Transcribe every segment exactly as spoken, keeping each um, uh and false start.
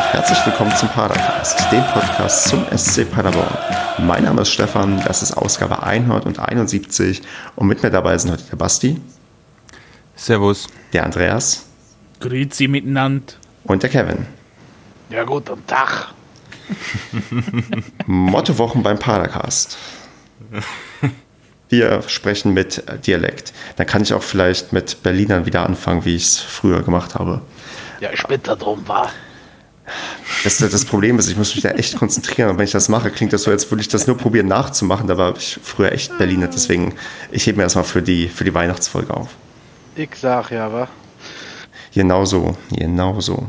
Herzlich willkommen zum Padercast, dem Podcast zum S C Paderborn. Mein Name ist Stefan, das ist Ausgabe hunderteinundsiebzig und mit mir dabei sind heute der Basti. Servus. Der Andreas. Grüezi miteinander. Und der Kevin. Ja, guten Tag. Mottowochen beim Padercast. Wir sprechen mit Dialekt. Dann kann ich auch vielleicht mit Berlinern wieder anfangen, wie ich es früher gemacht habe. Ja, ich bin da drum, wa? Das, das Problem ist, ich muss mich da echt konzentrieren. Und wenn ich das mache, klingt das so, als würde ich das nur probieren nachzumachen. Da war ich früher echt Berliner. Deswegen, ich hebe mir erstmal für die, für die Weihnachtsfolge auf. Ich sag ja, wa? Genau so, genau so.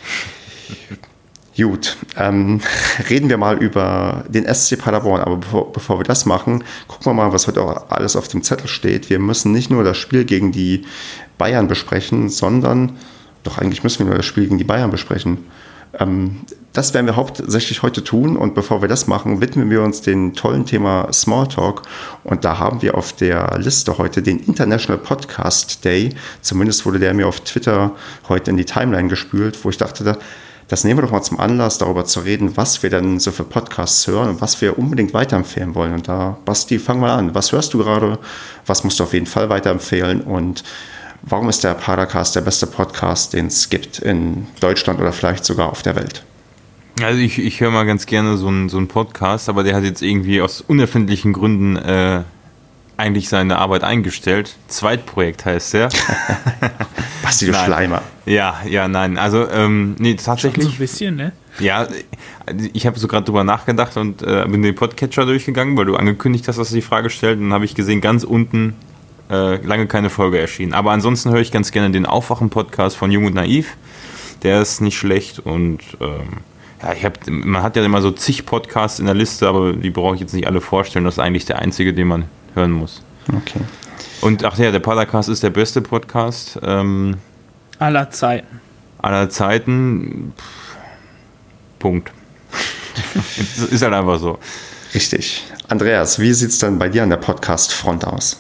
Gut, ähm, reden wir mal über den S C Paderborn, aber bevor, bevor wir das machen, gucken wir mal, was heute auch alles auf dem Zettel steht. Wir müssen nicht nur das Spiel gegen die Bayern besprechen, sondern, doch eigentlich müssen wir nur das Spiel gegen die Bayern besprechen. Ähm, das werden wir hauptsächlich heute tun und bevor wir das machen, widmen wir uns dem tollen Thema Smalltalk und da haben wir auf der Liste heute den International Podcast Day, zumindest wurde der mir auf Twitter heute in die Timeline gespült, wo ich dachte, da Das nehmen wir doch mal zum Anlass, darüber zu reden, was wir denn so für Podcasts hören und was wir unbedingt weiterempfehlen wollen. Und da, Basti, fang mal an. Was hörst du gerade? Was musst du auf jeden Fall weiterempfehlen? Und warum ist der Padercast der beste Podcast, den es gibt in Deutschland oder vielleicht sogar auf der Welt? Also ich, ich höre mal ganz gerne so einen so einen Podcast, aber der hat jetzt irgendwie aus unerfindlichen Gründen äh, eigentlich seine Arbeit eingestellt. Zweitprojekt heißt der. Basti, du Schleimer. Ja, ja, nein. Also, ähm, nee, tatsächlich. So ein bisschen, ne? Ja, ich habe so gerade drüber nachgedacht und äh, bin den Podcatcher durchgegangen, weil du angekündigt hast, dass du die Frage stellt. Und dann habe ich gesehen, ganz unten äh, lange keine Folge erschienen. Aber ansonsten höre ich ganz gerne den Aufwachen-Podcast von Jung und Naiv. Der ist nicht schlecht und ähm, ja, ich hab, man hat ja immer so zig Podcasts in der Liste, aber die brauche ich jetzt nicht alle vorstellen. Das ist eigentlich der einzige, den man hören muss. Okay. Und ach ja, der Padercast ist der beste Podcast. Ähm, aller Zeiten. Aller Zeiten. Pff, Punkt. Ist halt einfach so. Richtig. Andreas, wie sieht es denn bei dir an der Podcast-Front aus?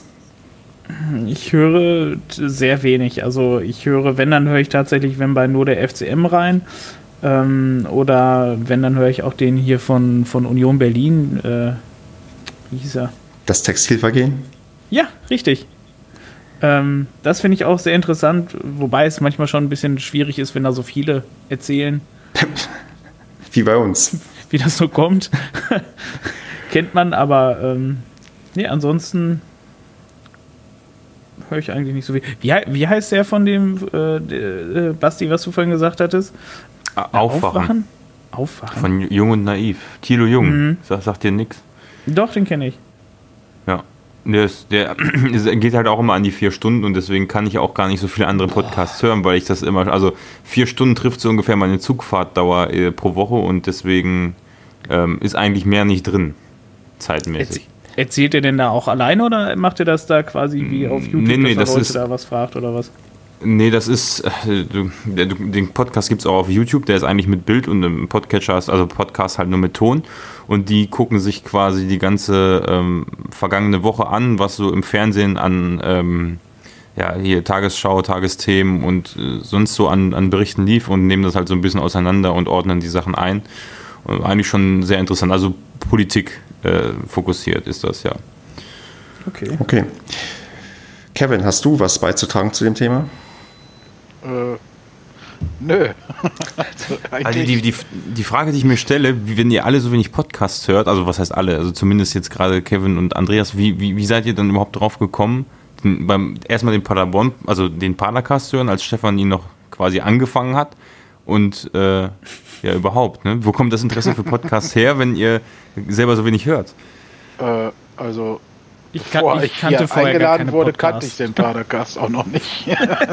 Ich höre sehr wenig. Also ich höre, wenn, dann höre ich tatsächlich, wenn bei nur der F C M rein. Ähm, oder wenn, dann höre ich auch den hier von, von Union Berlin. Äh, wie hieß er? Das Textilvergehen? Ja, richtig. Ähm, das finde ich auch sehr interessant, wobei es manchmal schon ein bisschen schwierig ist, wenn da so viele erzählen. Wie bei uns. Wie das so kommt. Kennt man, aber ähm, nee, ansonsten höre ich eigentlich nicht so viel. Wie, wie heißt der von dem äh, äh, Basti, was du vorhin gesagt hattest? Aufwachen. Aufwachen? Aufwachen. Von Jung und Naiv. Thilo Jung. Mhm. Sag, sagt dir nix? Doch, den kenne ich. Ja. Der, ist, der geht halt auch immer an die vier Stunden und deswegen kann ich auch gar nicht so viele andere Podcasts hören, weil ich das immer, also vier Stunden trifft so ungefähr meine Zugfahrtdauer äh, pro Woche und deswegen ähm, ist eigentlich mehr nicht drin, zeitmäßig. Erzählt ihr denn da auch alleine oder macht ihr das da quasi wie auf YouTube, nee, nee, dass das Leute ist, da was fragt oder was? Nee, das ist, äh, du, der, du, den Podcast gibt es auch auf YouTube, der ist eigentlich mit Bild und im Podcatcher, ist, also Podcast halt nur mit Ton und die gucken sich quasi die ganze ähm, vergangene Woche an, was so im Fernsehen an ähm, ja, hier Tagesschau, Tagesthemen und äh, sonst so an, an Berichten lief und nehmen das halt so ein bisschen auseinander und ordnen die Sachen ein. Und eigentlich schon sehr interessant, also Politik äh, fokussiert ist das, ja. Okay. Okay. Kevin, hast du was beizutragen zu dem Thema? Äh, nö. also, also die, die, die Frage, die ich mir stelle, wie, wenn ihr alle so wenig Podcasts hört, also was heißt alle, also zumindest jetzt gerade Kevin und Andreas, wie, wie, wie seid ihr dann überhaupt drauf gekommen, den, beim erstmal den Paderborn, also den Padercast zu hören, als Stefan ihn noch quasi angefangen hat und äh, ja überhaupt, ne? Wo kommt das Interesse für Podcasts her, wenn ihr selber so wenig hört? Äh, also Ich, kann, Bevor ich ich kannte hier vorher eingeladen gar keine wurde, Podcasts. kannte ich den Padercast auch noch nicht.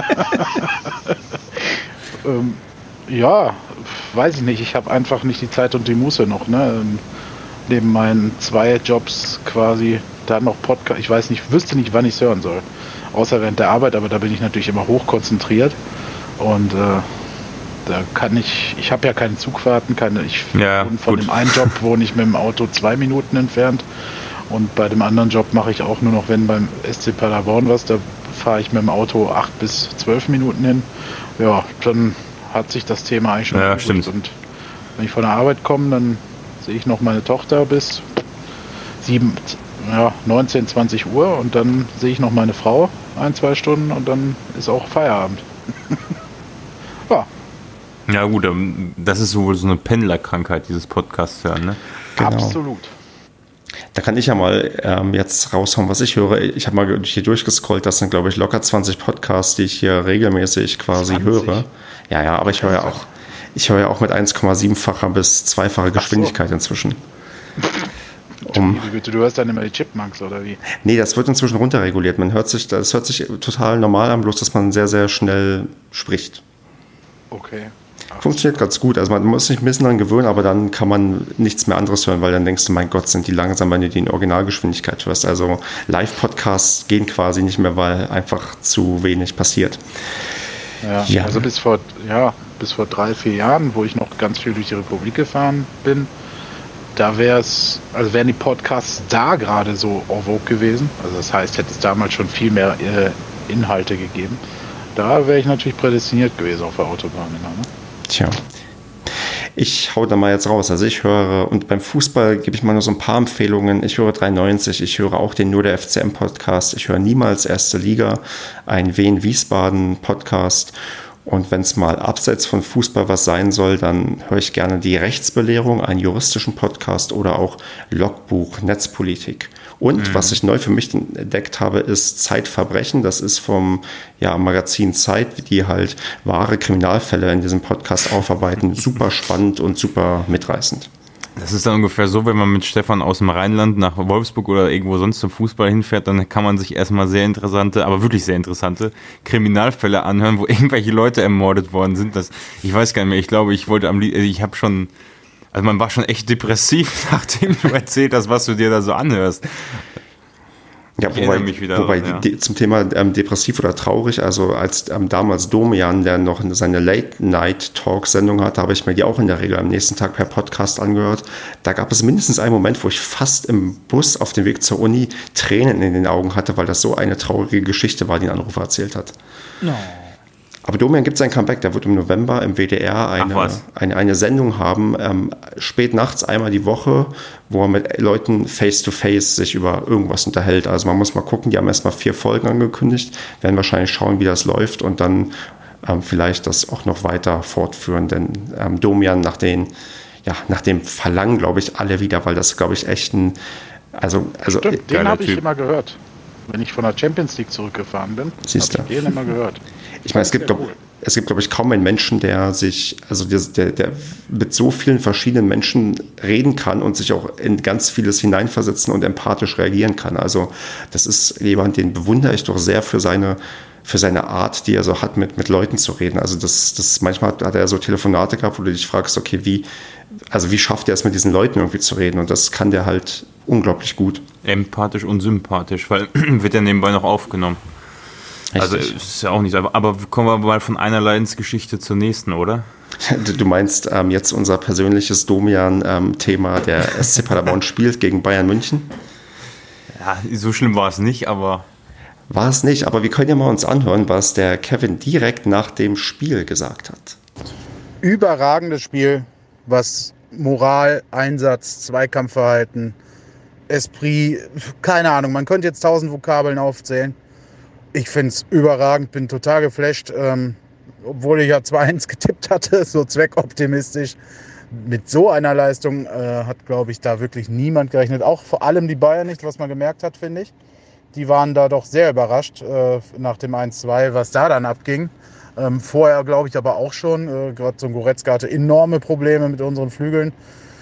ähm, ja, weiß ich nicht. Ich habe einfach nicht die Zeit und die Muße noch. Ne? Neben meinen zwei Jobs quasi da noch Podcast. Ich weiß nicht, wüsste nicht, wann ich es hören soll. Außer während der Arbeit, aber da bin ich natürlich immer hoch konzentriert. Und äh, da kann ich, ich habe ja keine Zugfahrten, keine, ich ja, wohne von gut. dem einen Job wohne ich mit dem Auto zwei Minuten entfernt. Und bei dem anderen Job mache ich auch nur noch, wenn beim S C Paderborn was, da fahre ich mit dem Auto acht bis zwölf Minuten hin. Ja, dann hat sich das Thema eigentlich schon ja, erledigt. stimmt. Und Wenn ich von der Arbeit komme, dann sehe ich noch meine Tochter bis sieben, ja, neunzehn, zwanzig Uhr und dann sehe ich noch meine Frau ein, zwei Stunden und dann ist auch Feierabend. Ja. Ja gut, das ist wohl so eine Pendlerkrankheit, dieses Podcast hören, ne? Genau. Absolut. Da kann ich ja mal ähm, jetzt raushauen, was ich höre. Ich habe mal hier durchgescrollt, das sind, glaube ich, locker zwanzig Podcasts, die ich hier regelmäßig quasi zwanzig? höre. Ja, ja, aber ich höre ja auch, ich höre ja auch mit eins Komma sieben-facher bis zweifacher Geschwindigkeit so. Inzwischen. Um, Liebe Güte, du hörst dann immer die Chipmunks, oder wie? Nee, das wird inzwischen runterreguliert. Man hört sich, das hört sich total normal an, bloß dass man sehr, sehr schnell spricht. Okay. Ach, Funktioniert ganz gut. Also man muss sich ein bisschen daran gewöhnen, aber dann kann man nichts mehr anderes hören, weil dann denkst du, mein Gott, sind die langsam, wenn du die in Originalgeschwindigkeit hörst. Also Live-Podcasts gehen quasi nicht mehr, weil einfach zu wenig passiert. Ja, Ja. also bis vor, ja, bis vor drei, vier Jahren, wo ich noch ganz viel durch die Republik gefahren bin, da wäre es, also wären die Podcasts da gerade so en vogue gewesen. Also das heißt, hätte es damals schon viel mehr äh, Inhalte gegeben. Da wäre ich natürlich prädestiniert gewesen auf der Autobahn immer, ne? Tja. Ich hau da mal jetzt raus. Also ich höre, und beim Fußball gebe ich mal nur so ein paar Empfehlungen. Ich höre dreiundneunzig, ich höre auch den Nur der F C M Podcast, ich höre niemals Erste Liga, ein Wien Wiesbaden Podcast. Und wenn es mal abseits von Fußball was sein soll, dann höre ich gerne die Rechtsbelehrung, einen juristischen Podcast oder auch Logbuch Netzpolitik. Und mhm. was ich neu für mich entdeckt habe, ist Zeitverbrechen. Das ist vom ja, Magazin Zeit, die halt wahre Kriminalfälle in diesem Podcast aufarbeiten. Super spannend und super mitreißend. Das ist dann ungefähr so, wenn man mit Stefan aus dem Rheinland nach Wolfsburg oder irgendwo sonst zum Fußball hinfährt, dann kann man sich erstmal sehr interessante, aber wirklich sehr interessante Kriminalfälle anhören, wo irgendwelche Leute ermordet worden sind. Das, ich weiß gar nicht mehr, ich glaube, ich wollte am liebsten, ich habe schon, also man war schon echt depressiv, nachdem du erzählt hast, was du dir da so anhörst. Ja, wobei, mich wieder, wobei ja. die, zum Thema ähm, depressiv oder traurig, also als ähm, damals Domian, der noch seine Late-Night-Talk-Sendung hatte, habe ich mir die auch in der Regel am nächsten Tag per Podcast angehört. Da gab es mindestens einen Moment, wo ich fast im Bus auf dem Weg zur Uni Tränen in den Augen hatte, weil das so eine traurige Geschichte war, die ein Anrufer erzählt hat. No. Aber Domian gibt sein Comeback, der wird im November im W D R eine, eine, eine Sendung haben, ähm, spät nachts einmal die Woche, wo er mit Leuten face-to-face sich über irgendwas unterhält. Also man muss mal gucken, die haben erstmal vier Folgen angekündigt, werden wahrscheinlich schauen, wie das läuft und dann ähm, vielleicht das auch noch weiter fortführen, denn ähm, Domian nach, den, ja, nach dem Verlangen, glaube ich, alle wieder, weil das, glaube ich, echt ein, also, also Stimmt, den habe ich immer gehört. Wenn ich von der Champions League zurückgefahren bin, habe ich den immer gehört. Ich meine, es gibt, glaub, es gibt, glaube ich, kaum einen Menschen, der sich, also der, der mit so vielen verschiedenen Menschen reden kann und sich auch in ganz vieles hineinversetzen und empathisch reagieren kann. Also das ist jemand, den bewundere ich doch sehr für seine, für seine Art, die er so hat, mit, mit Leuten zu reden. Also das, das manchmal hat er so Telefonate gehabt, wo du dich fragst, okay, wie, also wie schafft er es, mit diesen Leuten irgendwie zu reden? Und das kann der halt unglaublich gut. Empathisch und sympathisch, weil wird ja nebenbei noch aufgenommen. Richtig. Also ist ja auch nicht, aber, aber kommen wir mal von einer Leidensgeschichte zur nächsten, oder? Du, du meinst ähm, jetzt unser persönliches Domian-Thema, ähm, der S C Paderborn spielt gegen Bayern München? Ja, so schlimm war es nicht, aber... War es nicht, aber wir können ja mal uns anhören, was der Kevin direkt nach dem Spiel gesagt hat. Überragendes Spiel, was Moral, Einsatz, Zweikampfverhalten, Esprit, keine Ahnung, man könnte jetzt tausend Vokabeln aufzählen. Ich finde es überragend, bin total geflasht, ähm, obwohl ich ja zwei eins getippt hatte, so zweckoptimistisch. Mit so einer Leistung äh, hat, glaube ich, da wirklich niemand gerechnet. Auch vor allem die Bayern nicht, was man gemerkt hat, finde ich. Die waren da doch sehr überrascht äh, nach dem eins zwei, was da dann abging. Ähm, vorher, glaube ich, aber auch schon. Äh, Gerade so ein Goretzka hatte enorme Probleme mit unseren Flügeln.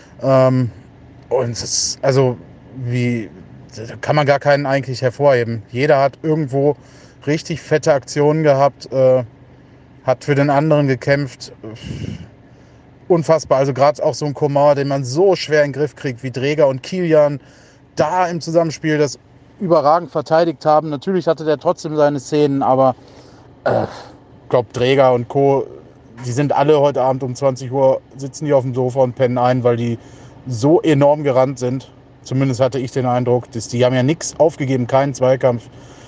Ähm, und es ist, also, wie, da kann man gar keinen eigentlich hervorheben. Jeder hat irgendwo richtig fette Aktionen gehabt, äh, hat für den anderen gekämpft. Unfassbar. Also gerade auch so ein Coman, den man so schwer in den Griff kriegt wie Dräger und Kilian, da im Zusammenspiel das überragend verteidigt haben. Natürlich hatte der trotzdem seine Szenen, aber äh, ich glaube, Dräger und Co., die sind alle heute Abend um zwanzig Uhr, sitzen die auf dem Sofa und pennen ein, weil die so enorm gerannt sind. Zumindest hatte ich den Eindruck, dass die haben ja nichts aufgegeben, keinen Zweikampf.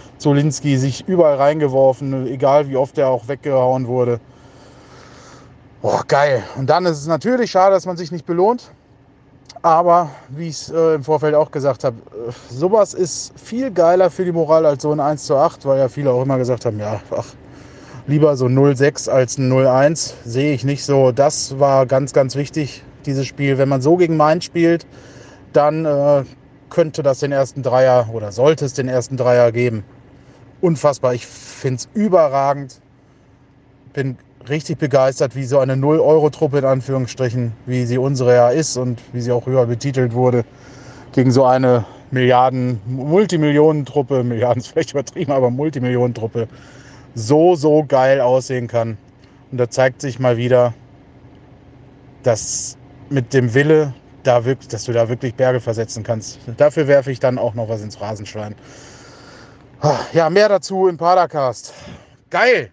Zolinski sich überall reingeworfen, egal wie oft er auch weggehauen wurde. Boah, geil. Und dann ist es natürlich schade, dass man sich nicht belohnt. Aber wie ich es äh, im Vorfeld auch gesagt habe, äh, sowas ist viel geiler für die Moral als so ein eins zu acht, weil ja viele auch immer gesagt haben, ja, ach, lieber so null sechs als ein null eins. Sehe ich nicht so. Das war ganz, ganz wichtig, dieses Spiel. Wenn man so gegen Mainz spielt, dann äh, könnte das den ersten Dreier oder sollte es den ersten Dreier geben. Unfassbar. Ich finde es überragend. Bin richtig begeistert, wie so eine null-Euro-Truppe in Anführungsstrichen, wie sie unsere ja ist und wie sie auch höher betitelt wurde, gegen so eine Milliarden, Multimillionentruppe, Milliarden ist vielleicht übertrieben, aber Multimillionentruppe, so, so geil aussehen kann. Und da zeigt sich mal wieder, dass mit dem Wille, da wirklich, dass du da wirklich Berge versetzen kannst. Dafür werfe ich dann auch noch was ins Phrasenschwein. Ja, mehr dazu im Padercast. Geil!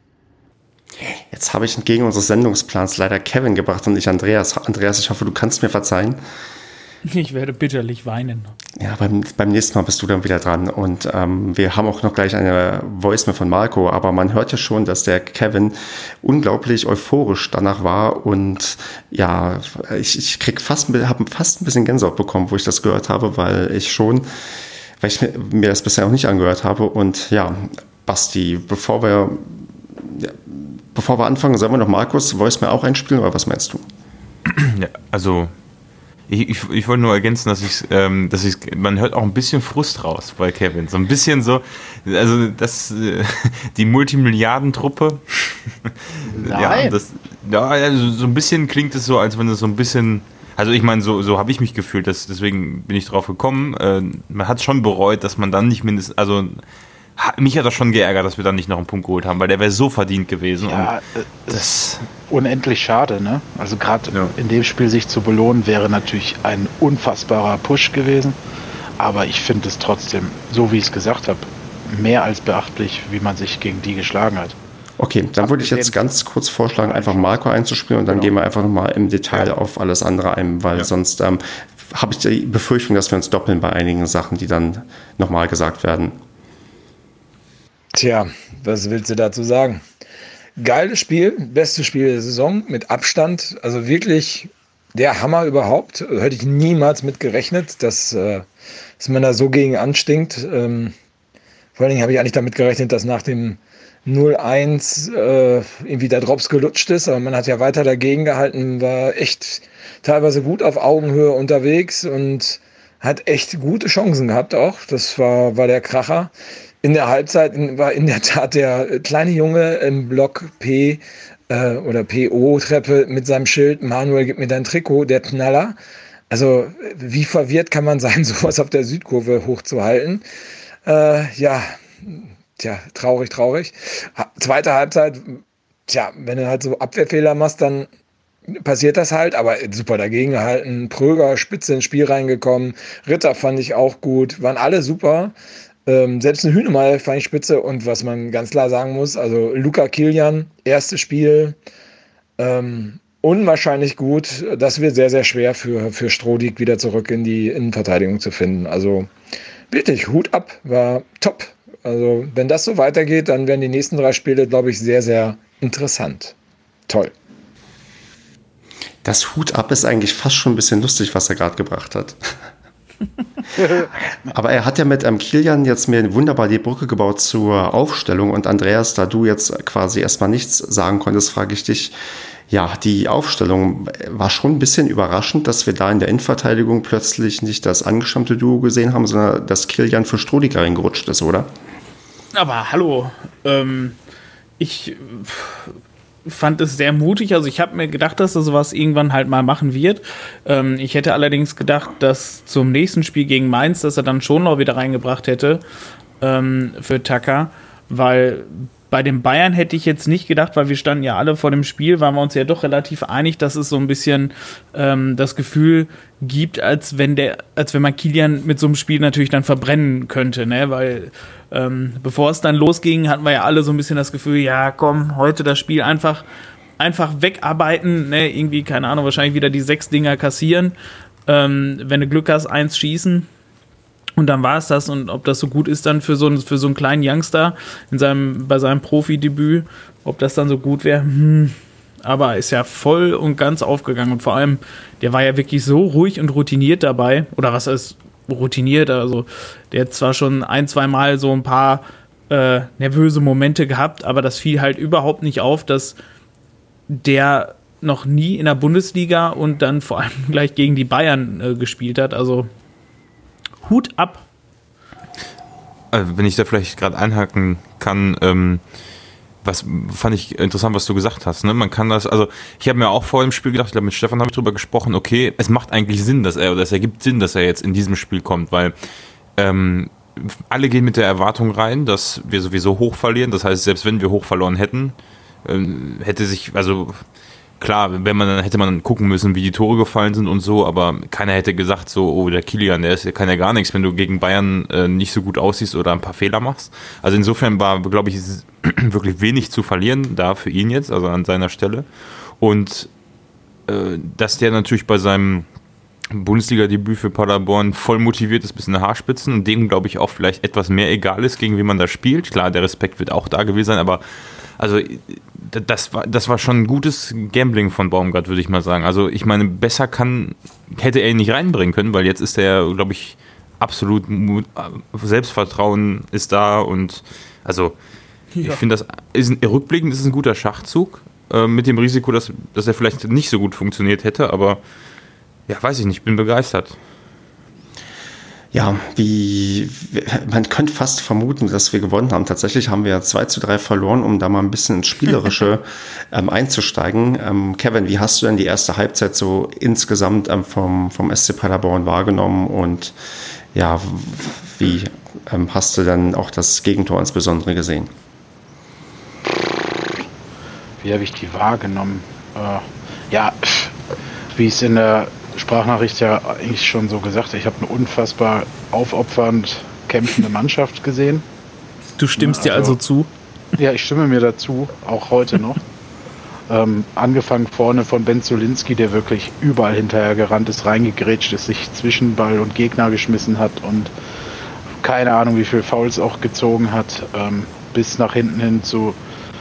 Jetzt habe ich entgegen unseres Sendungsplans leider Kevin gebracht und nicht Andreas. Andreas, ich hoffe, du kannst mir verzeihen. Ich werde bitterlich weinen. Ja, beim, beim nächsten Mal bist du dann wieder dran. Und ähm, wir haben auch noch gleich eine Voicemail von Marco. Aber man hört ja schon, dass der Kevin unglaublich euphorisch danach war. Und ja, ich, ich krieg fast, habe fast ein bisschen Gänsehaut bekommen, wo ich das gehört habe, weil ich schon, weil ich mir, mir das bisher noch nicht angehört habe. Und ja, Basti, bevor wir... Ja, Bevor wir anfangen, sollen wir noch Markus Voicemail auch einspielen oder was meinst du? Ja, also ich, ich, ich wollte nur ergänzen, dass ich, ähm, dass ich, man hört auch ein bisschen Frust raus bei Kevin, so ein bisschen so, also das, äh, die Multimilliardentruppe. Nein. Ja, das, ja, also so ein bisschen klingt es so, als wenn es so ein bisschen, also ich meine, so, so habe ich mich gefühlt, das, deswegen bin ich drauf gekommen. Äh, man hat schon bereut, dass man dann nicht mindestens, also mich hat das schon geärgert, dass wir dann nicht noch einen Punkt geholt haben, weil der wäre so verdient gewesen. Ja, und das das unendlich schade, ne? Also gerade ja. in dem Spiel sich zu belohnen, wäre natürlich ein unfassbarer Push gewesen. Aber ich finde es trotzdem, so wie ich es gesagt habe, mehr als beachtlich, wie man sich gegen die geschlagen hat. Okay, dann würde ich jetzt ganz kurz vorschlagen, einfach Marco einzuspielen und dann Genau. gehen wir einfach nochmal im Detail Ja. auf alles andere ein, weil Ja. sonst ähm, habe ich die Befürchtung, dass wir uns doppeln bei einigen Sachen, die dann nochmal gesagt werden. Tja, was willst du dazu sagen? Geiles Spiel, bestes Spiel der Saison mit Abstand. Also wirklich der Hammer überhaupt. Hätte ich niemals mit gerechnet, dass, äh, dass man da so gegen anstinkt. Ähm, vor allen Dingen habe ich eigentlich damit gerechnet, dass nach dem null eins äh, irgendwie der Drops gelutscht ist. Aber man hat ja weiter dagegen gehalten, war echt teilweise gut auf Augenhöhe unterwegs und hat echt gute Chancen gehabt auch. Das war, war der Kracher. In der Halbzeit war in der Tat der kleine Junge im Block P äh, oder P O-Treppe mit seinem Schild, Manuel, gib mir dein Trikot, der Knaller. Also wie verwirrt kann man sein, sowas auf der Südkurve hochzuhalten? Äh, ja, tja, traurig, traurig. Ha- Zweite Halbzeit, tja, wenn du halt so Abwehrfehler machst, dann passiert das halt, aber super dagegen gehalten. Pröger, spitze ins Spiel reingekommen. Ritter fand ich auch gut, waren alle super. Ähm, selbst ein Hühnemeier fand ich spitze und was man ganz klar sagen muss, also Luca Kilian, erstes Spiel, ähm, unwahrscheinlich gut. Das wird sehr, sehr schwer für, für Strohdig wieder zurück in die Innenverteidigung zu finden. Also wirklich, Hut ab, war top. Also wenn das so weitergeht, dann werden die nächsten drei Spiele, glaube ich, sehr, sehr interessant. Toll. Das Hut ab ist eigentlich fast schon ein bisschen lustig, was er gerade gebracht hat. Aber er hat ja mit ähm, Kilian jetzt mir wunderbar die Brücke gebaut zur Aufstellung. Und Andreas, da du jetzt quasi erstmal nichts sagen konntest, frage ich dich, ja, die Aufstellung war schon ein bisschen überraschend, dass wir da in der Innenverteidigung plötzlich nicht das angestammte Duo gesehen haben, sondern dass Kilian für Strohdig reingerutscht ist, oder? Aber hallo, ähm, ich fand es sehr mutig. Also ich habe mir gedacht, dass er sowas irgendwann halt mal machen wird. Ähm, ich hätte allerdings gedacht, dass zum nächsten Spiel gegen Mainz, dass er dann schon noch wieder reingebracht hätte ähm, für Tucker, weil bei den Bayern hätte ich jetzt nicht gedacht, weil wir standen ja alle vor dem Spiel, waren wir uns ja doch relativ einig, dass es so ein bisschen ähm, das Gefühl gibt, als wenn der, als wenn man Kilian mit so einem Spiel natürlich dann verbrennen könnte, ne? Weil ähm, bevor es dann losging, hatten wir ja alle so ein bisschen das Gefühl, ja komm, heute das Spiel einfach, einfach wegarbeiten, ne? Irgendwie, keine Ahnung, wahrscheinlich wieder die sechs Dinger kassieren, ähm, wenn du Glück hast, eins schießen. Und dann war es das. Und ob das so gut ist dann für so einen, für so einen kleinen Youngster in seinem, bei seinem Profidebüt, ob das dann so gut wäre, hm. aber ist ja voll und ganz aufgegangen. Und vor allem, der war ja wirklich so ruhig und routiniert dabei. Oder was ist routiniert? Also, der hat zwar schon ein, zwei Mal so ein paar äh, nervöse Momente gehabt, aber das fiel halt überhaupt nicht auf, dass der noch nie in der Bundesliga und dann vor allem gleich gegen die Bayern äh, gespielt hat. Also, Hut ab. Also, wenn ich da vielleicht gerade einhaken kann, ähm, was fand ich interessant, was du gesagt hast, ne? Man kann das, also ich habe mir auch vor dem Spiel gedacht, ich glaube mit Stefan habe ich drüber gesprochen, okay, es macht eigentlich Sinn, dass er, oder es ergibt Sinn, dass er jetzt in diesem Spiel kommt, weil ähm, alle gehen mit der Erwartung rein, dass wir sowieso hoch verlieren, das heißt, selbst wenn wir hoch verloren hätten, ähm, hätte sich, also klar, wenn man dann hätte man gucken müssen, wie die Tore gefallen sind und so, aber keiner hätte gesagt so, oh, der Kilian, der ist, der kann ja gar nichts, wenn du gegen Bayern äh, nicht so gut aussiehst oder ein paar Fehler machst. Also insofern war, glaube ich, wirklich wenig zu verlieren da für ihn jetzt, also an seiner Stelle. Und äh, dass der natürlich bei seinem Bundesliga-Debüt für Paderborn voll motiviert ist bis in die Haarspitzen und dem, glaube ich, auch vielleicht etwas mehr egal ist, gegen wie man da spielt. Klar, der Respekt wird auch da gewesen sein, aber also das war, das war schon ein gutes Gambling von Baumgart, würde ich mal sagen. Also ich meine, besser kann, hätte er ihn nicht reinbringen können, weil jetzt ist er, glaube ich, absolut Mut, Selbstvertrauen ist da und also ja. Ich finde, das ist ein, rückblickend ist es ein guter Schachzug äh, mit dem Risiko, dass, dass er vielleicht nicht so gut funktioniert hätte, aber ja, weiß ich nicht, bin begeistert. Ja, wie man könnte fast vermuten, dass wir gewonnen haben. Tatsächlich haben wir zwei zu drei verloren, um da mal ein bisschen ins Spielerische ähm, einzusteigen. Ähm, Kevin, wie hast du denn die erste Halbzeit so insgesamt ähm, vom, vom S C Paderborn wahrgenommen und ja, wie ähm, hast du dann auch das Gegentor insbesondere gesehen? Wie habe ich die wahrgenommen? Äh, ja, wie es in der Sprachnachricht ja eigentlich schon so gesagt, ich habe eine unfassbar aufopfernd kämpfende Mannschaft gesehen. Du stimmst ja, also, dir also zu? Ja, ich stimme mir dazu, auch heute noch. ähm, angefangen vorne von Ben Zulinski, der wirklich überall hinterher gerannt ist, reingegrätscht ist, sich zwischen Ball und Gegner geschmissen hat und keine Ahnung, wie viel Fouls auch gezogen hat, ähm, bis nach hinten hin zu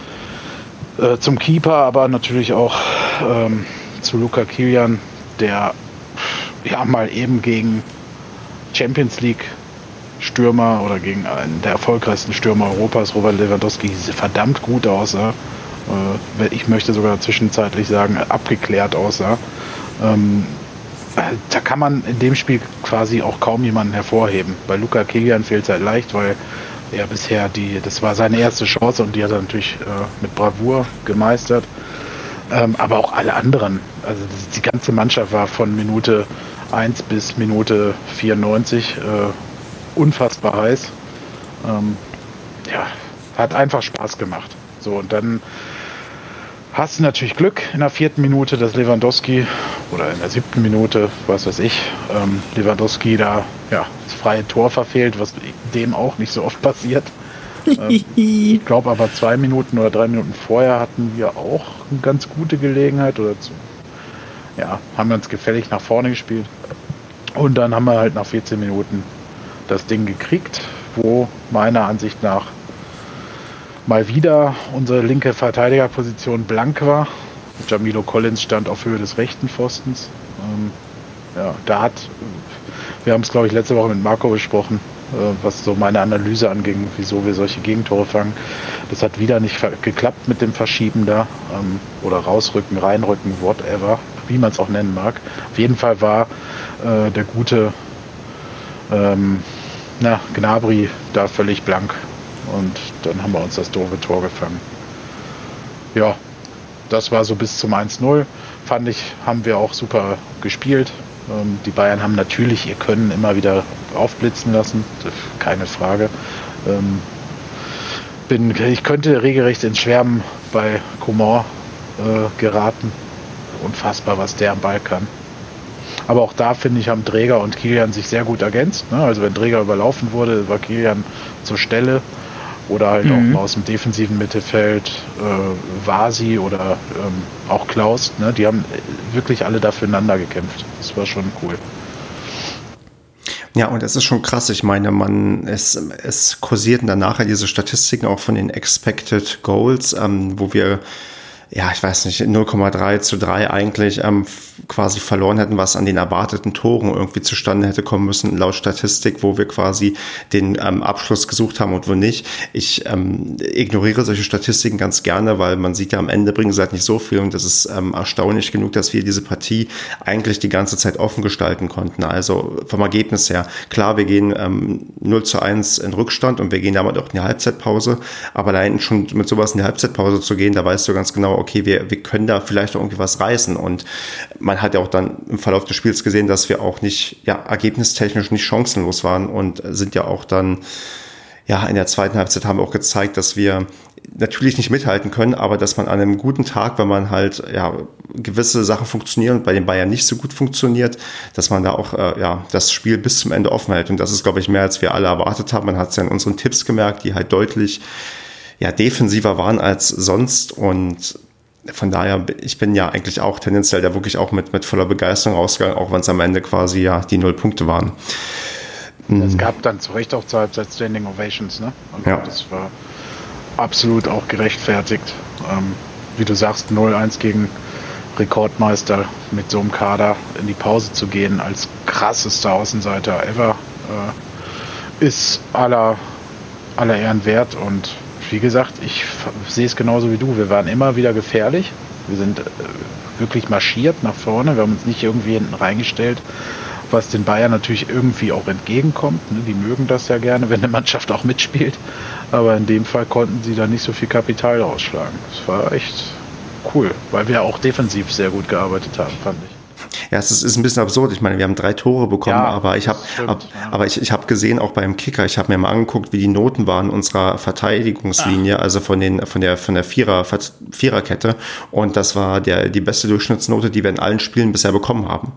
äh, zum Keeper, aber natürlich auch ähm, zu Luca Kilian, der ja mal eben gegen Champions League Stürmer oder gegen einen der erfolgreichsten Stürmer Europas, Robert Lewandowski, verdammt gut aussah. Äh, ich möchte sogar zwischenzeitlich sagen, abgeklärt aussah. Ähm, da kann man in dem Spiel quasi auch kaum jemanden hervorheben. Bei Luca Kilian fehlt es halt leicht, weil er bisher die, das war seine erste Chance und die hat er natürlich äh, mit Bravour gemeistert. Ähm, aber auch alle anderen. Also die ganze Mannschaft war von Minute eins bis Minute vierundneunzig äh, unfassbar heiß. Ähm, ja, hat einfach Spaß gemacht. So, und dann hast du natürlich Glück in der vierten Minute, dass Lewandowski oder in der siebten Minute, was weiß ich, ähm, Lewandowski da ja, das freie Tor verfehlt, was dem auch nicht so oft passiert. ähm, ich glaube aber zwei Minuten oder drei Minuten vorher hatten wir auch eine ganz gute Gelegenheit oder zu, ja, haben wir uns gefällig nach vorne gespielt. Und dann haben wir halt nach vierzehn Minuten das Ding gekriegt, wo meiner Ansicht nach mal wieder unsere linke Verteidigerposition blank war. Jamilo Collins stand auf Höhe des rechten Pfostens. Ähm, ja, da hat, wir haben es glaube ich letzte Woche mit Marco besprochen, äh, was so meine Analyse anging, wieso wir solche Gegentore fangen. Das hat wieder nicht geklappt mit dem Verschieben da ähm, oder rausrücken, reinrücken, whatever, wie man es auch nennen mag. Auf jeden Fall war äh, der gute ähm, na, Gnabry da völlig blank. Und dann haben wir uns das doofe Tor gefangen. Ja, das war so bis zum eins null. Fand ich, haben wir auch super gespielt. Ähm, die Bayern haben natürlich ihr Können immer wieder aufblitzen lassen. Keine Frage. Ähm, bin, ich könnte regelrecht ins Schwärmen bei Coman äh, geraten. Unfassbar, was der am Ball kann. Aber auch da, finde ich, haben Dräger und Kilian sich sehr gut ergänzt. Ne? Also wenn Dräger überlaufen wurde, war Kilian zur Stelle. Oder halt mhm. auch mal aus dem defensiven Mittelfeld äh, Vasi oder ähm, auch Klaus. Ne? Die haben wirklich alle da füreinander gekämpft. Das war schon cool. Ja, und es ist schon krass. Ich meine, man, es, es kursierten dann nachher diese Statistiken auch von den Expected Goals, ähm, wo wir ja, ich weiß nicht, null Komma drei zu drei eigentlich ähm, quasi verloren hätten, was an den erwarteten Toren irgendwie zustande hätte kommen müssen, laut Statistik, wo wir quasi den ähm, Abschluss gesucht haben und wo nicht. Ich ähm, ignoriere solche Statistiken ganz gerne, weil man sieht ja, am Ende bringen sie halt nicht so viel und das ist ähm, erstaunlich genug, dass wir diese Partie eigentlich die ganze Zeit offen gestalten konnten. Also vom Ergebnis her, klar, wir gehen ähm, null zu eins in Rückstand und wir gehen damit auch in die Halbzeitpause, aber da hinten schon mit sowas in die Halbzeitpause zu gehen, da weißt du ganz genau, okay, wir, wir können da vielleicht auch irgendwie was reißen und man hat ja auch dann im Verlauf des Spiels gesehen, dass wir auch nicht, ja, ergebnistechnisch nicht chancenlos waren und sind ja auch dann, ja, in der zweiten Halbzeit haben wir auch gezeigt, dass wir natürlich nicht mithalten können, aber dass man an einem guten Tag, wenn man halt, ja, gewisse Sachen funktionieren und bei den Bayern nicht so gut funktioniert, dass man da auch, äh, ja, das Spiel bis zum Ende offen hält und das ist, glaube ich, mehr als wir alle erwartet haben. Man hat es ja in unseren Tipps gemerkt, die halt deutlich, ja, defensiver waren als sonst und von daher, ich bin ja eigentlich auch tendenziell da wirklich auch mit, mit voller Begeisterung rausgegangen, auch wenn es am Ende quasi ja die null Punkte waren. Es gab dann zu Recht auch zur Halbzeit Standing Ovations, ne? Also ja. Das war absolut auch gerechtfertigt. Ähm, wie du sagst, null eins gegen Rekordmeister mit so einem Kader in die Pause zu gehen als krassester Außenseiter ever äh, ist aller, aller Ehren wert und wie gesagt, ich f- sehe es genauso wie du. Wir waren immer wieder gefährlich. Wir sind äh, wirklich marschiert nach vorne. Wir haben uns nicht irgendwie hinten reingestellt, was den Bayern natürlich irgendwie auch entgegenkommt. Ne? Die mögen das ja gerne, wenn eine Mannschaft auch mitspielt. Aber in dem Fall konnten sie da nicht so viel Kapital rausschlagen. Das war echt cool, weil wir auch defensiv sehr gut gearbeitet haben, fand ich. Ja, es ist, ist ein bisschen absurd. Ich meine, wir haben drei Tore bekommen, Ja, aber ich habe ab, ja. aber ich, ich habe gesehen, auch beim Kicker, ich habe mir mal angeguckt, wie die Noten waren unserer Verteidigungslinie, Ach. also von den von der von der Vierer Viererkette und das war der die beste Durchschnittsnote, die wir in allen Spielen bisher bekommen haben.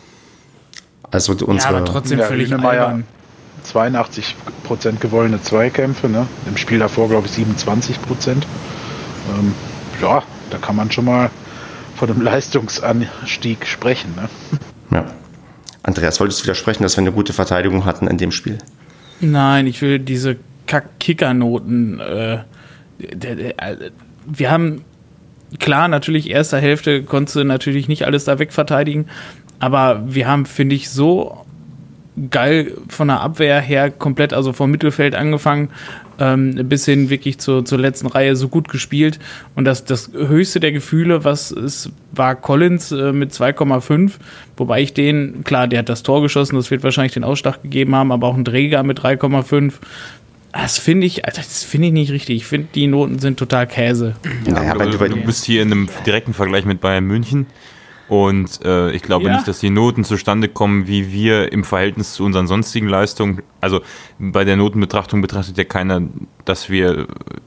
Also unsere Ja, aber trotzdem Ja, völlig Hünemeyer, albern. zweiundachtzig Prozent gewonnene Zweikämpfe, ne? Im Spiel davor, glaube ich, siebenundzwanzig Prozent. Ähm, ja, da kann man schon mal von einem Leistungsanstieg sprechen. Ne? Ja. Andreas, wolltest du widersprechen, dass wir eine gute Verteidigung hatten in dem Spiel? Nein, ich will diese Kack-Kicker-Noten. Äh, der, der, wir haben, klar, natürlich erster Hälfte konntest du natürlich nicht alles da wegverteidigen, aber wir haben, finde ich, so geil von der Abwehr her komplett, also vom Mittelfeld angefangen, ähm, bis hin wirklich zur, zur letzten Reihe so gut gespielt. Und das, das höchste der Gefühle, was es war, Collins äh, mit zwei Komma fünf, wobei ich den, klar, der hat das Tor geschossen, das wird wahrscheinlich den Ausschlag gegeben haben, aber auch ein Träger mit drei Komma fünf. Das finde ich, das finde ich nicht richtig. Ich finde, die Noten sind total Käse. Ja, ja, du, du bist hier in einem direkten Vergleich mit Bayern München. Und äh, ich glaube ja. nicht, dass die Noten zustande kommen, wie wir im Verhältnis zu unseren sonstigen Leistungen. Also bei der Notenbetrachtung betrachtet ja keiner, dass wir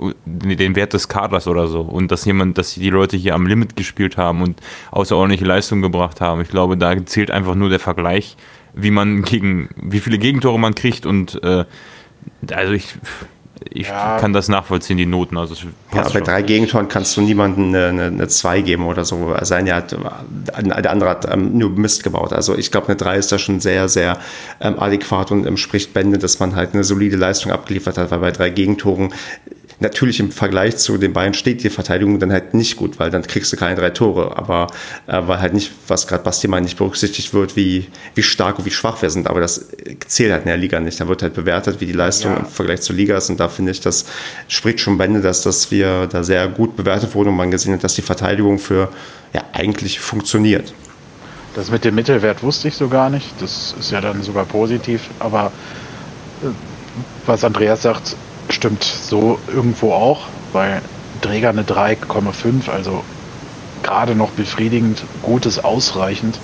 den Wert des Kaders oder so und dass jemand, dass die Leute hier am Limit gespielt haben und außerordentliche Leistungen gebracht haben. Ich glaube, da zählt einfach nur der Vergleich, wie man gegen, wie viele Gegentore man kriegt und äh, also ich. Ich ja. kann das nachvollziehen, die Noten. Also ja, bei schon. drei Gegentoren kannst du niemandem eine, eine zwei geben oder so. Sein, der, hat, der andere hat ähm, nur Mist gebaut. Also ich glaube, eine drei ist da schon sehr, sehr ähm, adäquat und ähm, spricht Bände, dass man halt eine solide Leistung abgeliefert hat, weil bei drei Gegentoren natürlich im Vergleich zu den Bayern steht die Verteidigung dann halt nicht gut, weil dann kriegst du keine drei Tore. Aber äh, weil halt nicht, was gerade Basti meint, nicht berücksichtigt wird, wie, wie stark und wie schwach wir sind. Aber das zählt halt in der Liga nicht. Da wird halt bewertet, wie die Leistung ja. im Vergleich zur Liga ist. Und da finde ich, das spricht schon Bände, dass, dass wir da sehr gut bewertet wurden und man gesehen hat, dass die Verteidigung für ja eigentlich funktioniert. Das mit dem Mittelwert wusste ich so gar nicht. Das ist ja dann sogar positiv. Aber äh, was Andreas sagt, stimmt so irgendwo auch, weil Träger eine drei Komma fünf, also gerade noch befriedigend, gutes, ausreichend,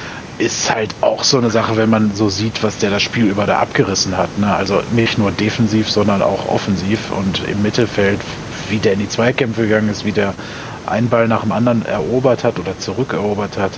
ist halt auch so eine Sache, wenn man so sieht, was der das Spiel über da abgerissen hat. Ne? Also nicht nur defensiv, sondern auch offensiv und im Mittelfeld, wie der in die Zweikämpfe gegangen ist, wie der einen Ball nach dem anderen erobert hat oder zurückerobert hat.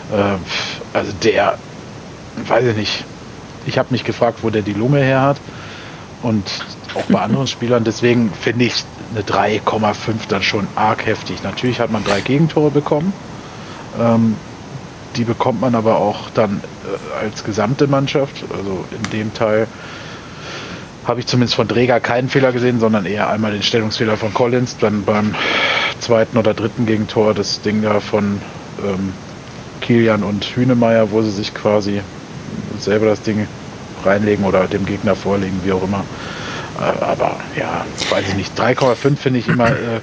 Äh, also der, weiß ich nicht, ich habe mich gefragt, wo der die Lunge her hat und auch bei anderen Spielern, deswegen finde ich eine drei Komma fünf dann schon arg heftig. Natürlich hat man drei Gegentore bekommen, ähm, die bekommt man aber auch dann äh, als gesamte Mannschaft, also in dem Teil habe ich zumindest von Dreger keinen Fehler gesehen, sondern eher einmal den Stellungsfehler von Collins, dann beim zweiten oder dritten Gegentor das Ding da von ähm, Kilian und Hünemeyer, wo sie sich quasi selber das Ding reinlegen oder dem Gegner vorlegen, wie auch immer. Äh, aber ja, weiß ich nicht. drei Komma fünf finde ich immer äh,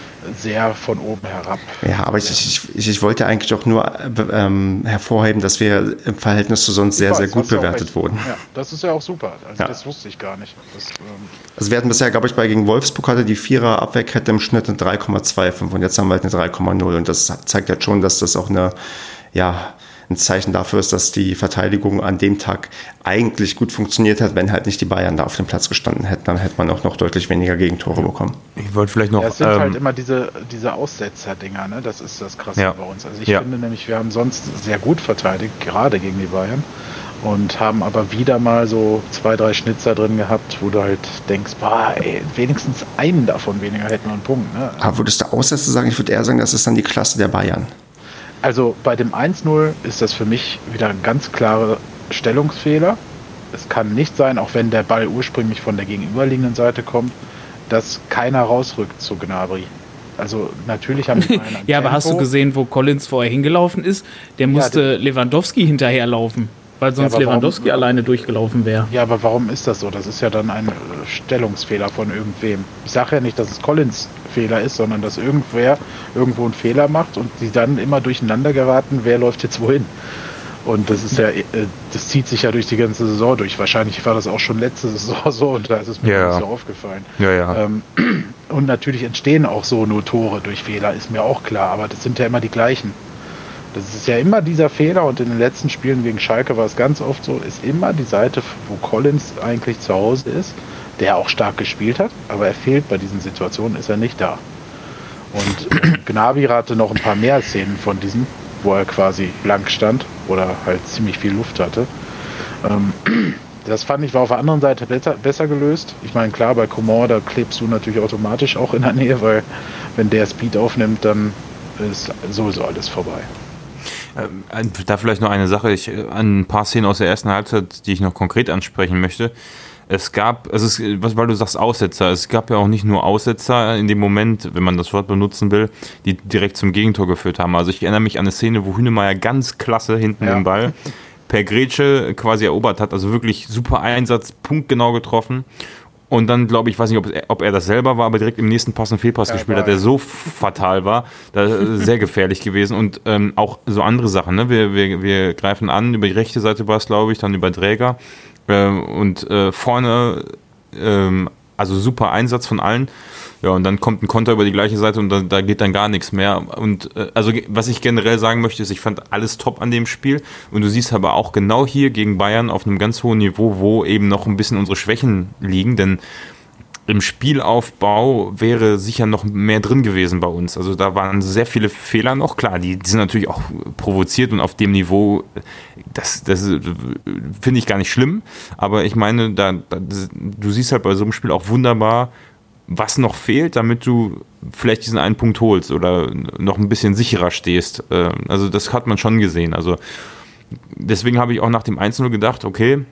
sehr von oben herab. Ja, aber ich, ich, ich wollte eigentlich auch nur ähm, hervorheben, dass wir im Verhältnis zu sonst sehr, weiß, sehr gut bewertet wurden. Ja, das ist ja auch super. Also ja. Das wusste ich gar nicht. Das, ähm also wir hatten bisher, glaube ich, bei gegen Wolfsburg hatte die Vierer Abwehrkette im Schnitt eine drei Komma fünfundzwanzig und jetzt haben wir halt eine drei Komma null und das zeigt halt schon, dass das auch eine, ja, ein Zeichen dafür ist, dass die Verteidigung an dem Tag eigentlich gut funktioniert hat. Wenn halt nicht die Bayern da auf dem Platz gestanden hätten, dann hätte man auch noch deutlich weniger Gegentore bekommen. Ich wollte vielleicht noch... Ja, es sind ähm, halt immer diese, diese Aussetzer-Dinger, ne? Das ist das Krasse ja. bei uns. Also ich ja. finde nämlich, wir haben sonst sehr gut verteidigt, gerade gegen die Bayern. Und haben aber wieder mal so zwei, drei Schnitzer drin gehabt, wo du halt denkst, boah, ey, wenigstens einen davon weniger hätten wir einen Punkt. Ne? Aber würdest du Aussetzer sagen? Ich würde eher sagen, das ist dann die Klasse der Bayern. Also bei dem eins null ist das für mich wieder ein ganz klarer Stellungsfehler. Es kann nicht sein, auch wenn der Ball ursprünglich von der gegenüberliegenden Seite kommt, dass keiner rausrückt zu Gnabry. Also natürlich haben die Bayern Ja, aber hast du gesehen, wo Collins vorher hingelaufen ist? Der musste Ja, Lewandowski hinterherlaufen, weil sonst Ja, aber Lewandowski warum- alleine durchgelaufen wäre. Ja, aber warum ist das so? Das ist ja dann ein äh, Stellungsfehler von irgendwem. Ich sage ja nicht, dass es Collins Fehler ist, sondern dass irgendwer irgendwo einen Fehler macht und die dann immer durcheinander geraten, wer läuft jetzt wohin. Und das ist ja, äh, das zieht sich ja durch die ganze Saison durch. Wahrscheinlich war das auch schon letzte Saison so und da ist es mir Ja. nicht so aufgefallen. Ja, ja. Ähm, und natürlich entstehen auch so nur Tore durch Fehler, ist mir auch klar, aber das sind ja immer die gleichen. Das ist ja immer dieser Fehler und in den letzten Spielen gegen Schalke war es ganz oft so, ist immer die Seite, wo Collins eigentlich zu Hause ist, der auch stark gespielt hat, aber er fehlt bei diesen Situationen, ist er nicht da. Und äh, Gnabry hatte noch ein paar mehr Szenen von diesen, wo er quasi lang stand oder halt ziemlich viel Luft hatte. Ähm, das fand ich war auf der anderen Seite besser, besser gelöst. Ich meine, klar, bei Coman, da klebst du natürlich automatisch auch in der Nähe, weil wenn der Speed aufnimmt, dann ist sowieso alles vorbei. Ähm, Da vielleicht noch eine Sache, ich, an ein paar Szenen aus der ersten Halbzeit, die ich noch konkret ansprechen möchte. Es gab, also es, was, weil du sagst Aussetzer, es gab ja auch nicht nur Aussetzer in dem Moment, wenn man das Wort benutzen will, die direkt zum Gegentor geführt haben. Also ich erinnere mich an eine Szene, wo Hünemeyer ganz klasse hinten Ja. den Ball per Grätsche quasi erobert hat, also wirklich super Einsatz, punktgenau getroffen. Und dann, glaube ich, weiß nicht, ob, ob er das selber war, aber direkt im nächsten Pass einen Fehlpass Ja, gespielt war hat, der er. so fatal war, da, sehr gefährlich gewesen. Und ähm, auch so andere Sachen. Ne? Wir, wir, wir greifen an, über die rechte Seite war es, glaube ich, dann über Dräger. Ähm, und äh, vorne, ähm, also super Einsatz von allen. Ja, und dann kommt ein Konter über die gleiche Seite und da, da geht dann gar nichts mehr. Und äh, also was ich generell sagen möchte, ist, ich fand alles top an dem Spiel. Und du siehst aber auch genau hier gegen Bayern auf einem ganz hohen Niveau, wo eben noch ein bisschen unsere Schwächen liegen. Denn im Spielaufbau wäre sicher noch mehr drin gewesen bei uns. Also da waren sehr viele Fehler noch. Klar, die, die sind natürlich auch provoziert und auf dem Niveau, das, das finde ich gar nicht schlimm. Aber ich meine, da, da, du siehst halt bei so einem Spiel auch wunderbar, was noch fehlt, damit du vielleicht diesen einen Punkt holst oder noch ein bisschen sicherer stehst. Also das hat man schon gesehen. Also deswegen habe ich auch nach dem eins null gedacht, okay,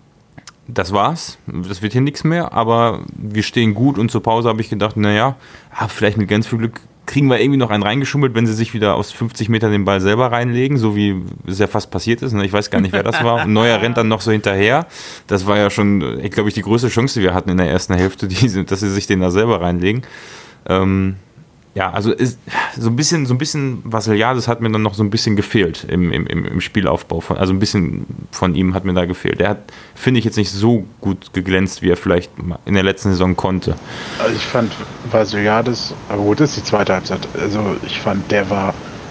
das war's, das wird hier nichts mehr, aber wir stehen gut und zur Pause habe ich gedacht, naja, vielleicht mit ganz viel Glück kriegen wir irgendwie noch einen reingeschummelt, wenn sie sich wieder aus fünfzig Metern den Ball selber reinlegen, so wie es ja fast passiert ist. Ich weiß gar nicht, wer das war. Und Neuer rennt dann noch so hinterher. Das war ja schon, ich glaube ich, die größte Chance, die wir hatten in der ersten Hälfte, die, dass sie sich den da selber reinlegen. Ähm, ja, also ist, so ein bisschen, so ein bisschen Vassiliades hat mir dann noch so ein bisschen gefehlt im, im, im Spielaufbau. Von, also ein bisschen von ihm hat mir da gefehlt. Der hat, finde ich, jetzt nicht so gut geglänzt, wie er vielleicht in der letzten Saison konnte. Also ich fand Vassiliades, aber gut, das ist die zweite Halbzeit. Also ich fand, der war,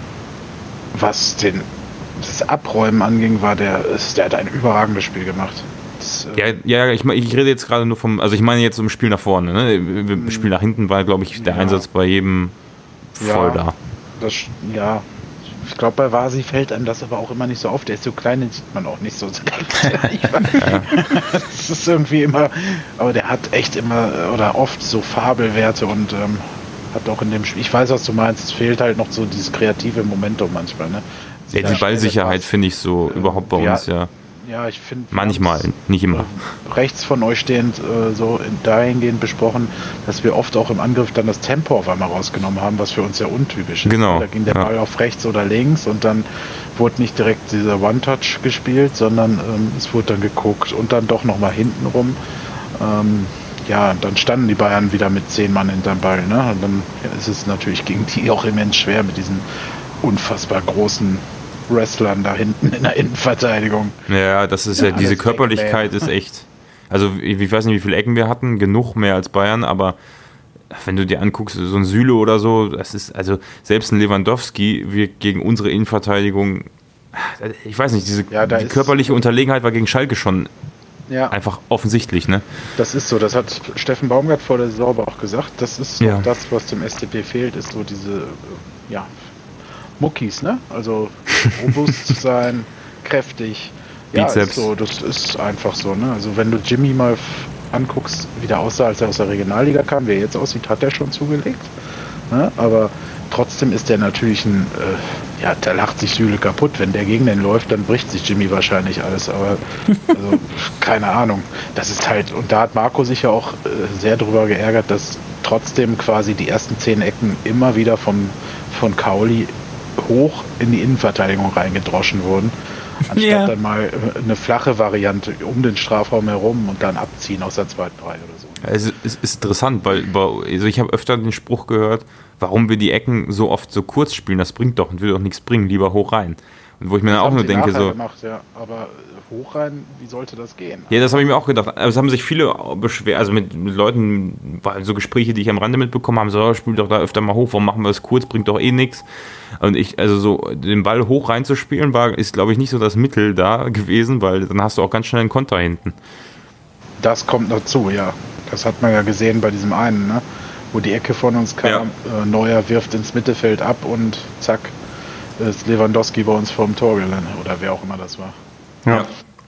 was den, das Abräumen anging, war der, ist, der hat ein überragendes Spiel gemacht. Das, äh, Ja, ja, ich, ich rede jetzt gerade nur vom, also ich meine jetzt um Spiel nach vorne. Ne? Im Spiel nach hinten war, glaube ich, der Ja. Einsatz bei jedem voll Ja. da. Das, ja, ich glaube, bei Vasi fällt einem das aber auch immer nicht so auf. Der ist so klein, den sieht man auch nicht so direkt. Ich weiß, das ist irgendwie immer, aber der hat echt immer oder oft so Fabelwerte und ähm, hat auch in dem Spiel, ich weiß, was du meinst, es fehlt halt noch so dieses kreative Momentum manchmal. Ne? Ja, die Ballsicherheit finde ich so äh, überhaupt bei ja, uns, ja. Ja, ich finde... Manchmal, nicht immer. Rechts von euch stehend äh, so in, dahingehend besprochen, dass wir oft auch im Angriff dann das Tempo auf einmal rausgenommen haben, was für uns ja untypisch ist. Genau. Da ging der ja. Ball auf rechts oder links und dann wurde nicht direkt dieser One-Touch gespielt, sondern ähm, es wurde dann geguckt und dann doch nochmal hinten rum. Ähm, ja, dann standen die Bayern wieder mit zehn Mann hinterm Ball. Ne? Und dann ja, ist es natürlich gegen die auch immens schwer mit diesen unfassbar großen Wrestlern da hinten in der Innenverteidigung. Ja, das ist ja, ja diese Körperlichkeit ist echt. Also ich, ich weiß nicht, wie viele Ecken wir hatten, genug mehr als Bayern, aber wenn du dir anguckst, so ein Süle oder so, das ist, also selbst ein Lewandowski wirkt gegen unsere Innenverteidigung, ich weiß nicht, diese ja, die körperliche Unterlegenheit war gegen Schalke schon ja. einfach offensichtlich, ne? Das ist so, das hat Steffen Baumgart vor der Saison aber auch gesagt, das ist so ja. das, was dem S C P fehlt, ist so diese, ja, Muckis, ne? Also robust sein, kräftig. Ja, ist so, das ist einfach so, ne? Also wenn du Jimmy mal f- anguckst, wie der aussah, als er aus der Regionalliga kam, wie er jetzt aussieht, hat er schon zugelegt. Ne? Aber trotzdem ist der natürlich ein, äh, ja, der lacht sich Süle kaputt. Wenn der gegen den läuft, dann bricht sich Jimmy wahrscheinlich alles. Aber also, keine Ahnung. Das ist halt, und da hat Marco sich ja auch äh, sehr drüber geärgert, dass trotzdem quasi die ersten zehn Ecken immer wieder vom, von Kauli hoch in die Innenverteidigung reingedroschen wurden, anstatt ja. dann mal eine flache Variante um den Strafraum herum und dann abziehen aus der zweiten Reihe oder so. Es ist, ist interessant, weil also ich habe öfter den Spruch gehört, warum wir die Ecken so oft so kurz spielen, das bringt doch und will doch nichts bringen, lieber hoch rein. Und wo ich mir dann auch nur denke, so. Gemacht, ja. Aber hoch rein, wie sollte das gehen? Ja, das habe ich mir auch gedacht. Aber es haben sich viele beschwert, also mit, mit Leuten, so Gespräche, die ich am Rande mitbekommen habe, so, oh, spiel doch da öfter mal hoch, warum machen wir das kurz, bringt doch eh nichts. Und ich, also so, den Ball hoch reinzuspielen, war, ist, glaube ich, nicht so das Mittel da gewesen, weil dann hast du auch ganz schnell einen Konter hinten. Das kommt dazu, ja. Das hat man ja gesehen bei diesem einen, ne? Wo die Ecke von uns kam, ja. äh, Neuer wirft ins Mittelfeld ab und zack, ist Lewandowski bei uns vorm Tor gelandet oder wer auch immer das war. Ja.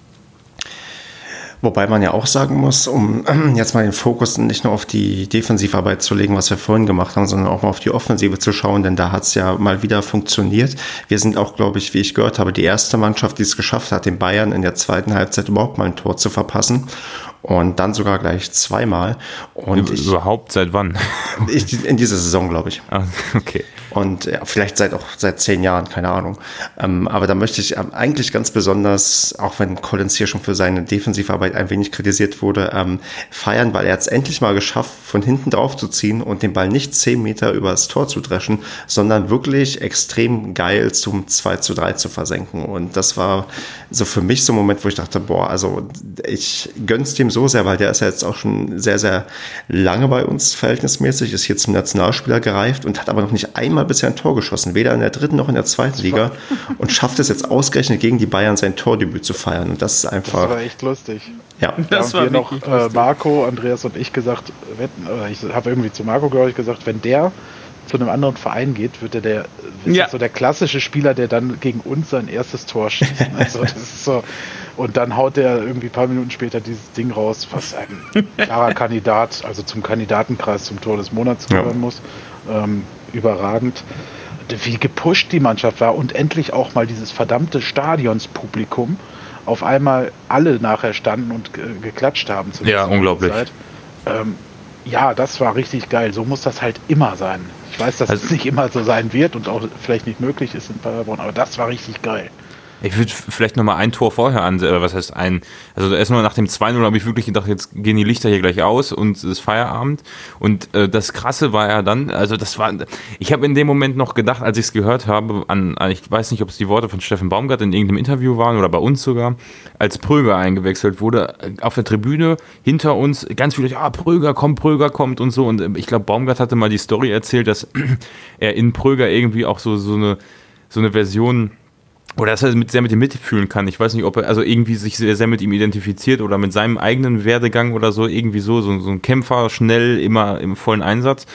Wobei man ja auch sagen muss, um jetzt mal den Fokus nicht nur auf die Defensivarbeit zu legen, was wir vorhin gemacht haben, sondern auch mal auf die Offensive zu schauen, denn da hat es ja mal wieder funktioniert. Wir sind auch, glaube ich, wie ich gehört habe, die erste Mannschaft, die es geschafft hat, den Bayern in der zweiten Halbzeit überhaupt mal ein Tor zu verpassen. Und dann sogar gleich zweimal. Und ich, Überhaupt seit wann? Ich, in dieser Saison, glaube ich. Ah, okay. Und ja, vielleicht seit auch seit zehn Jahren, keine Ahnung. Ähm, aber da möchte ich ähm, eigentlich ganz besonders, auch wenn Collins hier schon für seine Defensivarbeit ein wenig kritisiert wurde, ähm, feiern, weil er hat es endlich mal geschafft, von hinten drauf zu ziehen und den Ball nicht zehn Meter über das Tor zu dreschen, sondern wirklich extrem geil zum zwei zu drei zu versenken. Und das war so für mich so ein Moment, wo ich dachte, boah, also ich gönn's dem so sehr, weil der ist ja jetzt auch schon sehr, sehr lange bei uns verhältnismäßig, ist hier zum Nationalspieler gereift und hat aber noch nicht einmal bisher ein Tor geschossen, weder in der dritten noch in der zweiten Liga und schafft es jetzt ausgerechnet gegen die Bayern sein Tordebüt zu feiern und das ist einfach... Das war echt lustig. Ja. Da das haben war wir noch äh, Marco, Andreas und ich gesagt, wetten, äh, ich habe irgendwie zu Marco, glaube ich, gesagt, wenn der zu einem anderen Verein geht, wird er der, ist ja. so der klassische Spieler, der dann gegen uns sein erstes Tor schießt. Also das ist so, und dann haut er irgendwie ein paar Minuten später dieses Ding raus, was ein klarer Kandidat, also zum Kandidatenkreis zum Tor des Monats gehören ja. muss. Ähm, überragend. Wie gepusht die Mannschaft war und endlich auch mal dieses verdammte Stadionspublikum auf einmal alle nachher standen und ge- geklatscht haben. Zu ja, unglaublich. Zeit. Ähm, ja, das war richtig geil. So muss das halt immer sein. Ich weiß, dass also, es nicht immer so sein wird und auch vielleicht nicht möglich ist in Paderborn, aber das war richtig geil. Ich würde vielleicht nochmal ein Tor vorher an, äh, was heißt ein, also erst mal nach dem zwei null habe ich wirklich gedacht, jetzt gehen die Lichter hier gleich aus und es ist Feierabend. Und äh, das Krasse war ja dann, also das war, ich habe in dem Moment noch gedacht, als ich es gehört habe, an, an, ich weiß nicht, ob es die Worte von Steffen Baumgart in irgendeinem Interview waren oder bei uns sogar, als Pröger eingewechselt wurde, auf der Tribüne hinter uns ganz viele, ja, Pröger kommt, Pröger kommt und so. Und ich glaube, Baumgart hatte mal die Story erzählt, dass er in Pröger irgendwie auch so, so eine, so eine Version, oder dass er mit, sehr mit ihm mitfühlen kann. Ich weiß nicht, ob er also irgendwie sich sehr, sehr mit ihm identifiziert oder mit seinem eigenen Werdegang oder so, irgendwie so, so, so ein Kämpfer, schnell, immer im vollen Einsatz.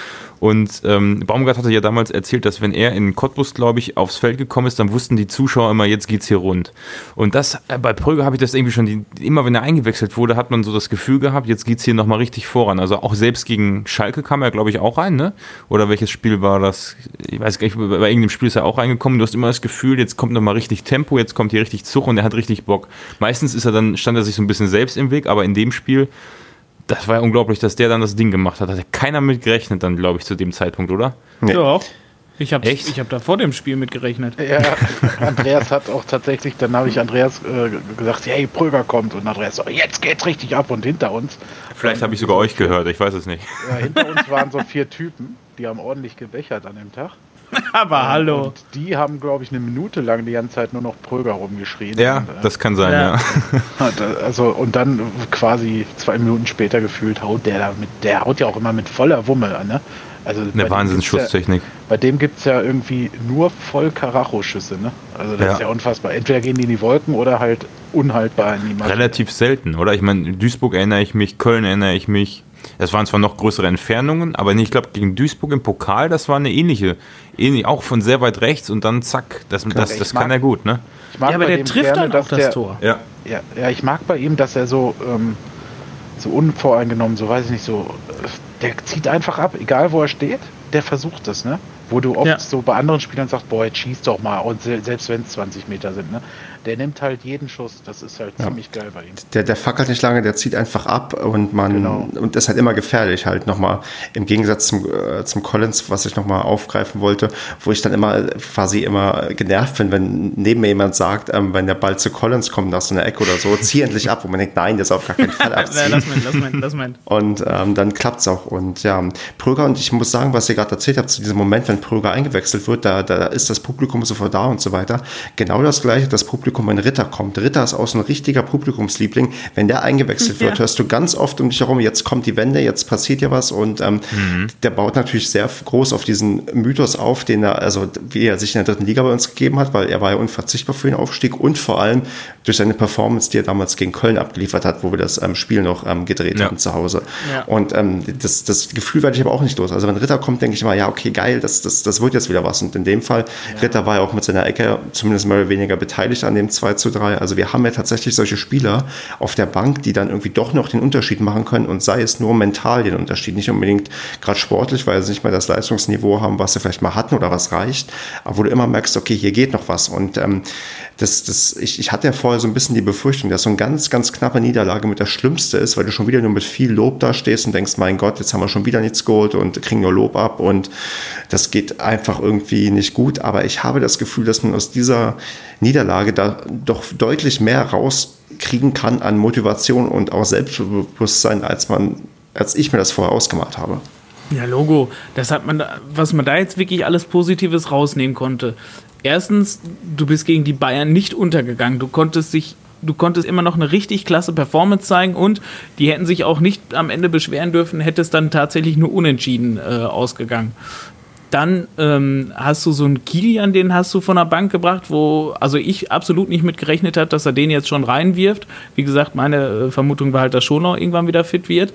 Und ähm, Baumgart hatte ja damals erzählt, dass wenn er in Cottbus, glaube ich, aufs Feld gekommen ist, dann wussten die Zuschauer immer, jetzt geht's hier rund. Und das, äh, bei Pröger habe ich das irgendwie schon, die, immer wenn er eingewechselt wurde, hat man so das Gefühl gehabt, jetzt geht's hier nochmal richtig voran. Also auch selbst gegen Schalke kam er, glaube ich, auch rein, ne? Oder welches Spiel war das? Ich weiß gar nicht, bei irgendeinem Spiel ist er auch reingekommen. Du hast immer das Gefühl, jetzt kommt nochmal richtig Tempo, jetzt kommt hier richtig Zug und er hat richtig Bock. Meistens ist er dann, stand er sich so ein bisschen selbst im Weg, aber in dem Spiel, das war ja unglaublich, dass der dann das Ding gemacht hat. Da hat keiner mit gerechnet dann, glaube ich, zu dem Zeitpunkt, oder? Nee. Ja, ich habe Echt? ich hab da vor dem Spiel mit gerechnet. Ja, Andreas hat auch tatsächlich, dann habe ich Andreas äh, gesagt, hey, Pröger kommt. Und Andreas so, jetzt geht's richtig ab und hinter uns. Vielleicht habe ich sogar euch gehört, ich weiß es nicht. Ja, hinter uns waren so vier Typen, die haben ordentlich gebechert an dem Tag. Aber hallo. Und die haben, glaube ich, eine Minute lang die ganze Zeit nur noch Pröger rumgeschrien. Ja, und, äh, das kann sein, Ja. ja. Also, und dann quasi zwei Minuten später gefühlt haut der da mit, der haut ja auch immer mit voller Wumme an, ne? Also bei Eine dem gibt's Wahnsinnsschussztechnik. Ja, bei dem gibt es ja irgendwie nur voll Karacho-Schüsse, ne? Also das Ja. ist ja unfassbar. Entweder gehen die in die Wolken oder halt unhaltbar in die Masse. Relativ selten, oder? Ich meine, Duisburg erinnere ich mich, Köln erinnere ich mich. Das waren zwar noch größere Entfernungen, aber nee, ich glaube, gegen Duisburg im Pokal, das war eine ähnliche. Ähnlich, auch von sehr weit rechts und dann zack, das, das, das ich mag- kann er gut, ne? Ich mag Ja, aber bei der dem trifft gerne, dann dass auch das der, Tor. Ja. Ja, ja, ich mag bei ihm, dass er so, ähm, so unvoreingenommen, so weiß ich nicht, so, äh, der zieht einfach ab, egal wo er steht, der versucht das, ne? Wo du oft Ja. so bei anderen Spielern sagst, boah, jetzt schieß doch mal, und se- selbst wenn es zwanzig Meter sind, ne? Der nimmt halt jeden Schuss, das ist halt ziemlich geil bei ihm. Der, der fackelt nicht lange, der zieht einfach ab und man Genau. und das ist halt immer gefährlich halt nochmal im Gegensatz zum, äh, zum Collins, was ich nochmal aufgreifen wollte, wo ich dann immer quasi immer genervt bin, wenn neben mir jemand sagt, ähm, wenn der Ball zu Collins kommt aus so einer Ecke oder so, zieh endlich ab, wo man denkt, nein, das auf gar keinen Fall Äh, abziehen. lass mal, lass mal, lass mal. Und ähm, dann klappt's auch. Und ja, Pröger, und ich muss sagen, was ihr gerade erzählt habt, zu diesem Moment, wenn Pröger eingewechselt wird, da, da ist das Publikum sofort da und so weiter. Genau das gleiche, das Publikum, wenn Ritter kommt. Ritter ist auch so ein richtiger Publikumsliebling. Wenn der eingewechselt wird, Ja. hörst du ganz oft um dich herum, jetzt kommt die Wende, jetzt passiert ja was. Und ähm, der baut natürlich sehr groß auf diesen Mythos auf, den er, also wie er sich in der dritten Liga bei uns gegeben hat, weil er war ja unverzichtbar für den Aufstieg und vor allem durch seine Performance, die er damals gegen Köln abgeliefert hat, wo wir das ähm, Spiel noch ähm, gedreht Ja. haben zu Hause. Ja. Und ähm, das, das Gefühl werde ich aber auch nicht los. Also wenn Ritter kommt, denke ich immer, ja, okay, geil, das, das, das wird jetzt wieder was. Und in dem Fall, Ritter war ja auch mit seiner Ecke zumindest mehr oder weniger beteiligt an dem zwei zu drei. Also wir haben ja tatsächlich solche Spieler auf der Bank, die dann irgendwie doch noch den Unterschied machen können und sei es nur mental den Unterschied. Nicht unbedingt gerade sportlich, weil sie nicht mehr das Leistungsniveau haben, was sie vielleicht mal hatten oder was reicht. Aber wo du immer merkst, okay, hier geht noch was. Und ähm, das, das, ich, ich hatte ja vorher so ein bisschen die Befürchtung, dass so eine ganz, ganz knappe Niederlage mit das Schlimmste ist, weil du schon wieder nur mit viel Lob da stehst und denkst, mein Gott, jetzt haben wir schon wieder nichts geholt und kriegen nur Lob ab und das geht einfach irgendwie nicht gut. Aber ich habe das Gefühl, dass man aus dieser Niederlage da doch deutlich mehr rauskriegen kann an Motivation und auch Selbstbewusstsein, als man, als ich mir das vorher ausgemalt habe. Ja, Logo. Das hat man, da- was man da jetzt wirklich alles Positives rausnehmen konnte. Erstens, du bist gegen die Bayern nicht untergegangen. Du konntest sich, du konntest immer noch eine richtig klasse Performance zeigen und die hätten sich auch nicht am Ende beschweren dürfen, hätte es dann tatsächlich nur unentschieden äh, ausgegangen. Dann ähm, hast du so einen Kilian, den hast du von der Bank gebracht, wo also ich absolut nicht mit gerechnet habe, dass er den jetzt schon reinwirft. Wie gesagt, meine äh, Vermutung war halt, dass Schonau irgendwann wieder fit wird.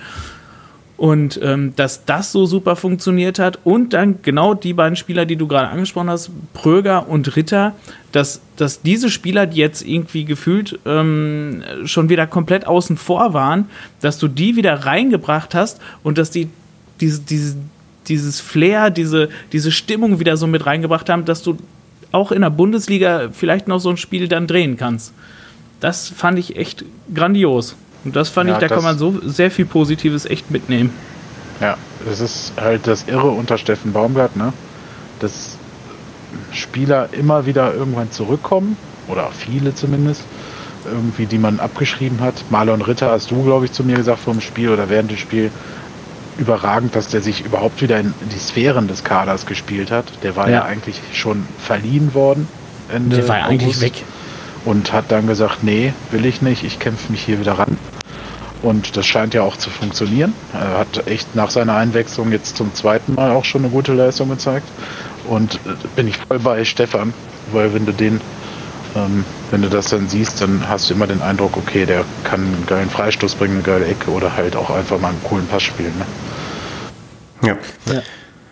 Und ähm, dass das so super funktioniert hat. Und dann genau die beiden Spieler, die du gerade angesprochen hast, Pröger und Ritter, dass, dass diese Spieler, die jetzt irgendwie gefühlt ähm, schon wieder komplett außen vor waren, dass du die wieder reingebracht hast und dass die diese, diese, dieses Flair, diese, diese Stimmung wieder so mit reingebracht haben, dass du auch in der Bundesliga vielleicht noch so ein Spiel dann drehen kannst. Das fand ich echt grandios. Und das fand Ja, ich, da das- kann man so sehr viel Positives echt mitnehmen. Ja, das ist halt das Irre unter Steffen Baumgart, ne? Dass Spieler immer wieder irgendwann zurückkommen, oder viele zumindest, irgendwie, die man abgeschrieben hat. Marlon Ritter hast du, glaube ich, zu mir gesagt vor dem Spiel oder während des Spiels, überragend, dass der sich überhaupt wieder in die Sphären des Kaders gespielt hat. Der war ja, Ja. eigentlich schon verliehen worden Ende Der war ja eigentlich August. weg. Und hat dann gesagt, nee, will ich nicht, ich kämpfe mich hier wieder ran. Und das scheint ja auch zu funktionieren. Er hat echt nach seiner Einwechslung jetzt zum zweiten Mal auch schon eine gute Leistung gezeigt. Und äh, bin ich voll bei Stefan, weil wenn du den, ähm, wenn du das dann siehst, dann hast du immer den Eindruck, okay, der kann einen geilen Freistoß bringen, eine geile Ecke oder halt auch einfach mal einen coolen Pass spielen. Ne? Ja. Ja.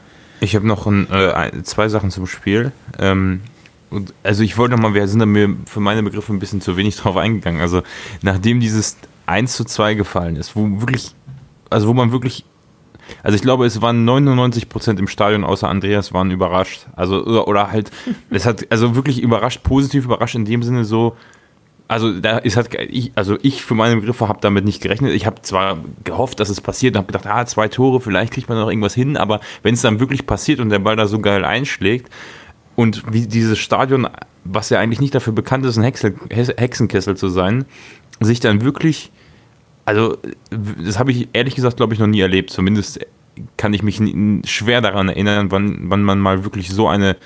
Ich habe noch ein, äh, zwei Sachen zum Spiel. Ähm, und also ich wollte nochmal, wir sind da mir für meine Begriffe ein bisschen zu wenig drauf eingegangen. Also nachdem dieses eins zu zwei gefallen ist, wo wirklich, also wo man wirklich, also ich glaube, es waren neunundneunzig Prozent im Stadion außer Andreas waren überrascht. Also oder, oder halt, es hat also wirklich überrascht, positiv überrascht in dem Sinne so. Also da ist halt, ich, also ich für meine Begriffe habe damit nicht gerechnet. Ich habe zwar gehofft, dass es passiert und habe gedacht, ah, zwei Tore, vielleicht kriegt man noch irgendwas hin, aber wenn es dann wirklich passiert und der Ball da so geil einschlägt und wie dieses Stadion, was ja eigentlich nicht dafür bekannt ist, ein Hexel, Hexenkessel zu sein, sich dann wirklich, also das habe ich ehrlich gesagt, glaube ich, noch nie erlebt. Zumindest kann ich mich schwer daran erinnern, wann, wann man mal wirklich so eine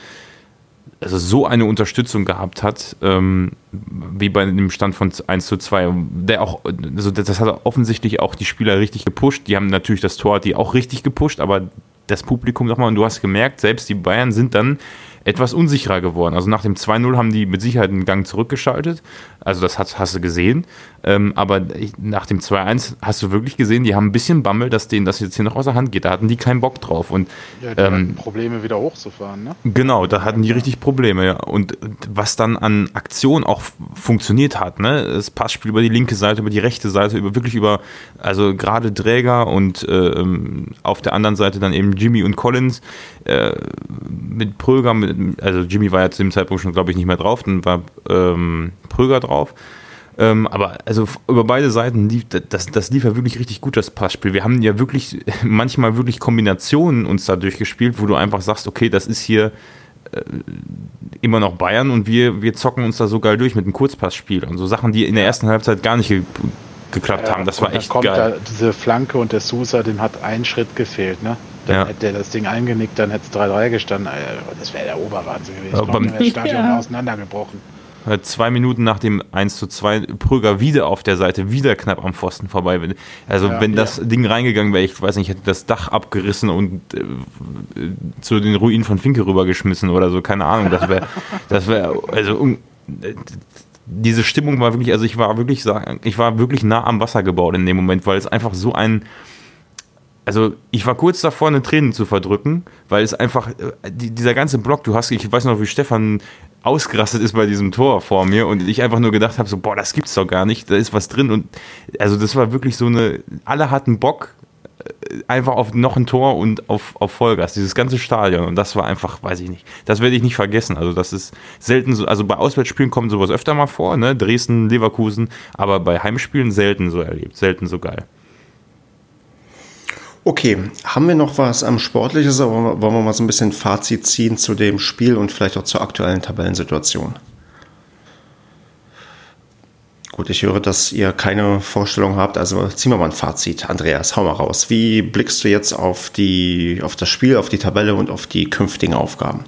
also so eine Unterstützung gehabt hat, ähm, wie bei dem Stand von eins zu zwei. Der auch, also das hat offensichtlich auch die Spieler richtig gepusht. Die haben natürlich das Tor, die auch richtig gepusht, aber das Publikum nochmal, und du hast gemerkt, selbst die Bayern sind dann etwas unsicherer geworden. Also nach dem zwei null haben die mit Sicherheit einen Gang zurückgeschaltet. Also das hast, hast du gesehen. Ähm, aber nach dem zwei eins hast du wirklich gesehen, die haben ein bisschen Bammel, dass denen das jetzt hier noch aus der Hand geht. Da hatten die keinen Bock drauf. Und, ja, die ähm, hatten Probleme wieder hochzufahren, ne? Genau, da hatten die richtig Probleme. Ja. Und was dann an Aktion auch funktioniert hat, ne? Das Passspiel über die linke Seite, über die rechte Seite, über wirklich über, also gerade Dräger und ähm, auf der anderen Seite dann eben Jimmy und Collins äh, mit Pröger, mit, also Jimmy war ja zu dem Zeitpunkt schon, glaube ich, nicht mehr drauf, dann war ähm, Pröger drauf. Ähm, aber also über beide Seiten lief das, das lief ja wirklich richtig gut, das Passspiel. Wir haben ja wirklich manchmal wirklich Kombinationen uns da durchgespielt, wo du einfach sagst, okay, das ist hier äh, immer noch Bayern und wir, wir zocken uns da so geil durch mit einem Kurzpassspiel und so Sachen, die in der ersten Halbzeit gar nicht ge- geklappt ja, haben. Das war echt dann kommt geil. Da diese Flanke und der Sousa, dem hat ein Schritt gefehlt, ne? Dann Ja. hätte der das Ding eingenickt, dann hätte es drei drei gestanden. Das wäre der Oberwahnsinn gewesen. Aber Ich glaube, beim- dann wäre das Stadion Ja. auseinandergebrochen. Zwei Minuten nach dem eins zu zwei Pröger wieder auf der Seite, wieder knapp am Pfosten vorbei. Also Ja, wenn ja. das Ding reingegangen wäre, ich weiß nicht, hätte das Dach abgerissen und äh, zu den Ruinen von Finke rübergeschmissen oder so, keine Ahnung. Das wäre, das wäre, also um, äh, diese Stimmung war wirklich, also ich war wirklich, ich war wirklich nah am Wasser gebaut in dem Moment, weil es einfach so ein, also ich war kurz davor, eine Träne zu verdrücken, weil es einfach, die, dieser ganze Block, du hast, ich weiß noch, wie Stefan ausgerastet ist bei diesem Tor vor mir und ich einfach nur gedacht habe, so, boah, das gibt's doch gar nicht, da ist was drin und also das war wirklich so eine, alle hatten Bock einfach auf noch ein Tor und auf, auf Vollgas, dieses ganze Stadion und das war einfach, weiß ich nicht, das werde ich nicht vergessen, also das ist selten so, also bei Auswärtsspielen kommt sowas öfter mal vor, ne, Dresden, Leverkusen, aber bei Heimspielen selten so erlebt, selten so geil. Okay, haben wir noch was am Sportliches, aber wollen wir mal so ein bisschen Fazit ziehen zu dem Spiel und vielleicht auch zur aktuellen Tabellensituation? Gut, ich höre, dass ihr keine Vorstellung habt, also ziehen wir mal ein Fazit. Andreas, hau mal raus. Wie blickst du jetzt auf, die, auf das Spiel, auf die Tabelle und auf die künftigen Aufgaben?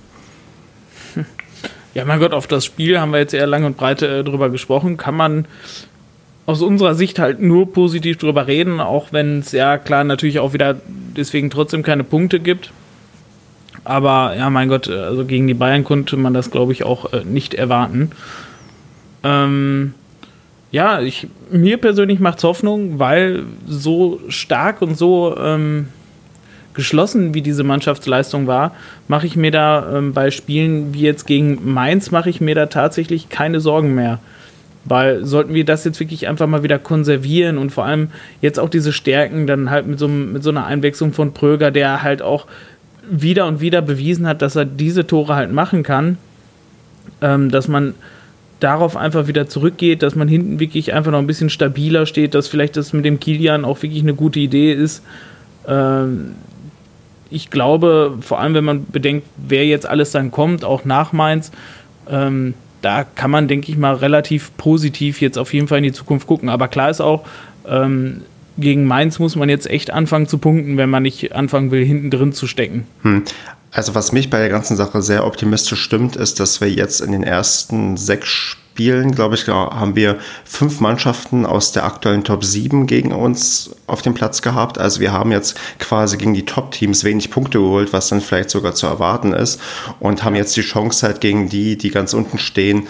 Ja, mein Gott, auf das Spiel haben wir jetzt eher lang und breit äh, drüber gesprochen. Kann man aus unserer Sicht halt nur positiv drüber reden, auch wenn es ja klar natürlich auch wieder deswegen trotzdem keine Punkte gibt. Aber ja, mein Gott, also gegen die Bayern konnte man das, glaube ich, auch äh, nicht erwarten. Ähm, ja, ich, mir persönlich macht es Hoffnung, weil so stark und so ähm, geschlossen wie diese Mannschaftsleistung war, mache ich mir da ähm, bei Spielen wie jetzt gegen Mainz, mache ich mir da tatsächlich keine Sorgen mehr. Weil sollten wir das jetzt wirklich einfach mal wieder konservieren und vor allem jetzt auch diese Stärken dann halt mit so, mit so einer Einwechslung von Pröger, der halt auch wieder und wieder bewiesen hat, dass er diese Tore halt machen kann, ähm, dass man darauf einfach wieder zurückgeht, dass man hinten wirklich einfach noch ein bisschen stabiler steht, dass vielleicht das mit dem Kilian auch wirklich eine gute Idee ist. Ähm, ich glaube, vor allem wenn man bedenkt, wer jetzt alles dann kommt, auch nach Mainz, ähm, da kann man, denke ich mal, relativ positiv jetzt auf jeden Fall in die Zukunft gucken. Aber klar ist auch, ähm, gegen Mainz muss man jetzt echt anfangen zu punkten, wenn man nicht anfangen will, hinten drin zu stecken. Hm. Also was mich bei der ganzen Sache sehr optimistisch stimmt, ist, dass wir jetzt in den ersten sechs Spielen, glaube ich, haben wir fünf Mannschaften aus der aktuellen Top sieben gegen uns auf dem Platz gehabt. Also wir haben jetzt quasi gegen die Top-Teams wenig Punkte geholt, was dann vielleicht sogar zu erwarten ist und haben jetzt die Chance halt gegen die, die ganz unten stehen,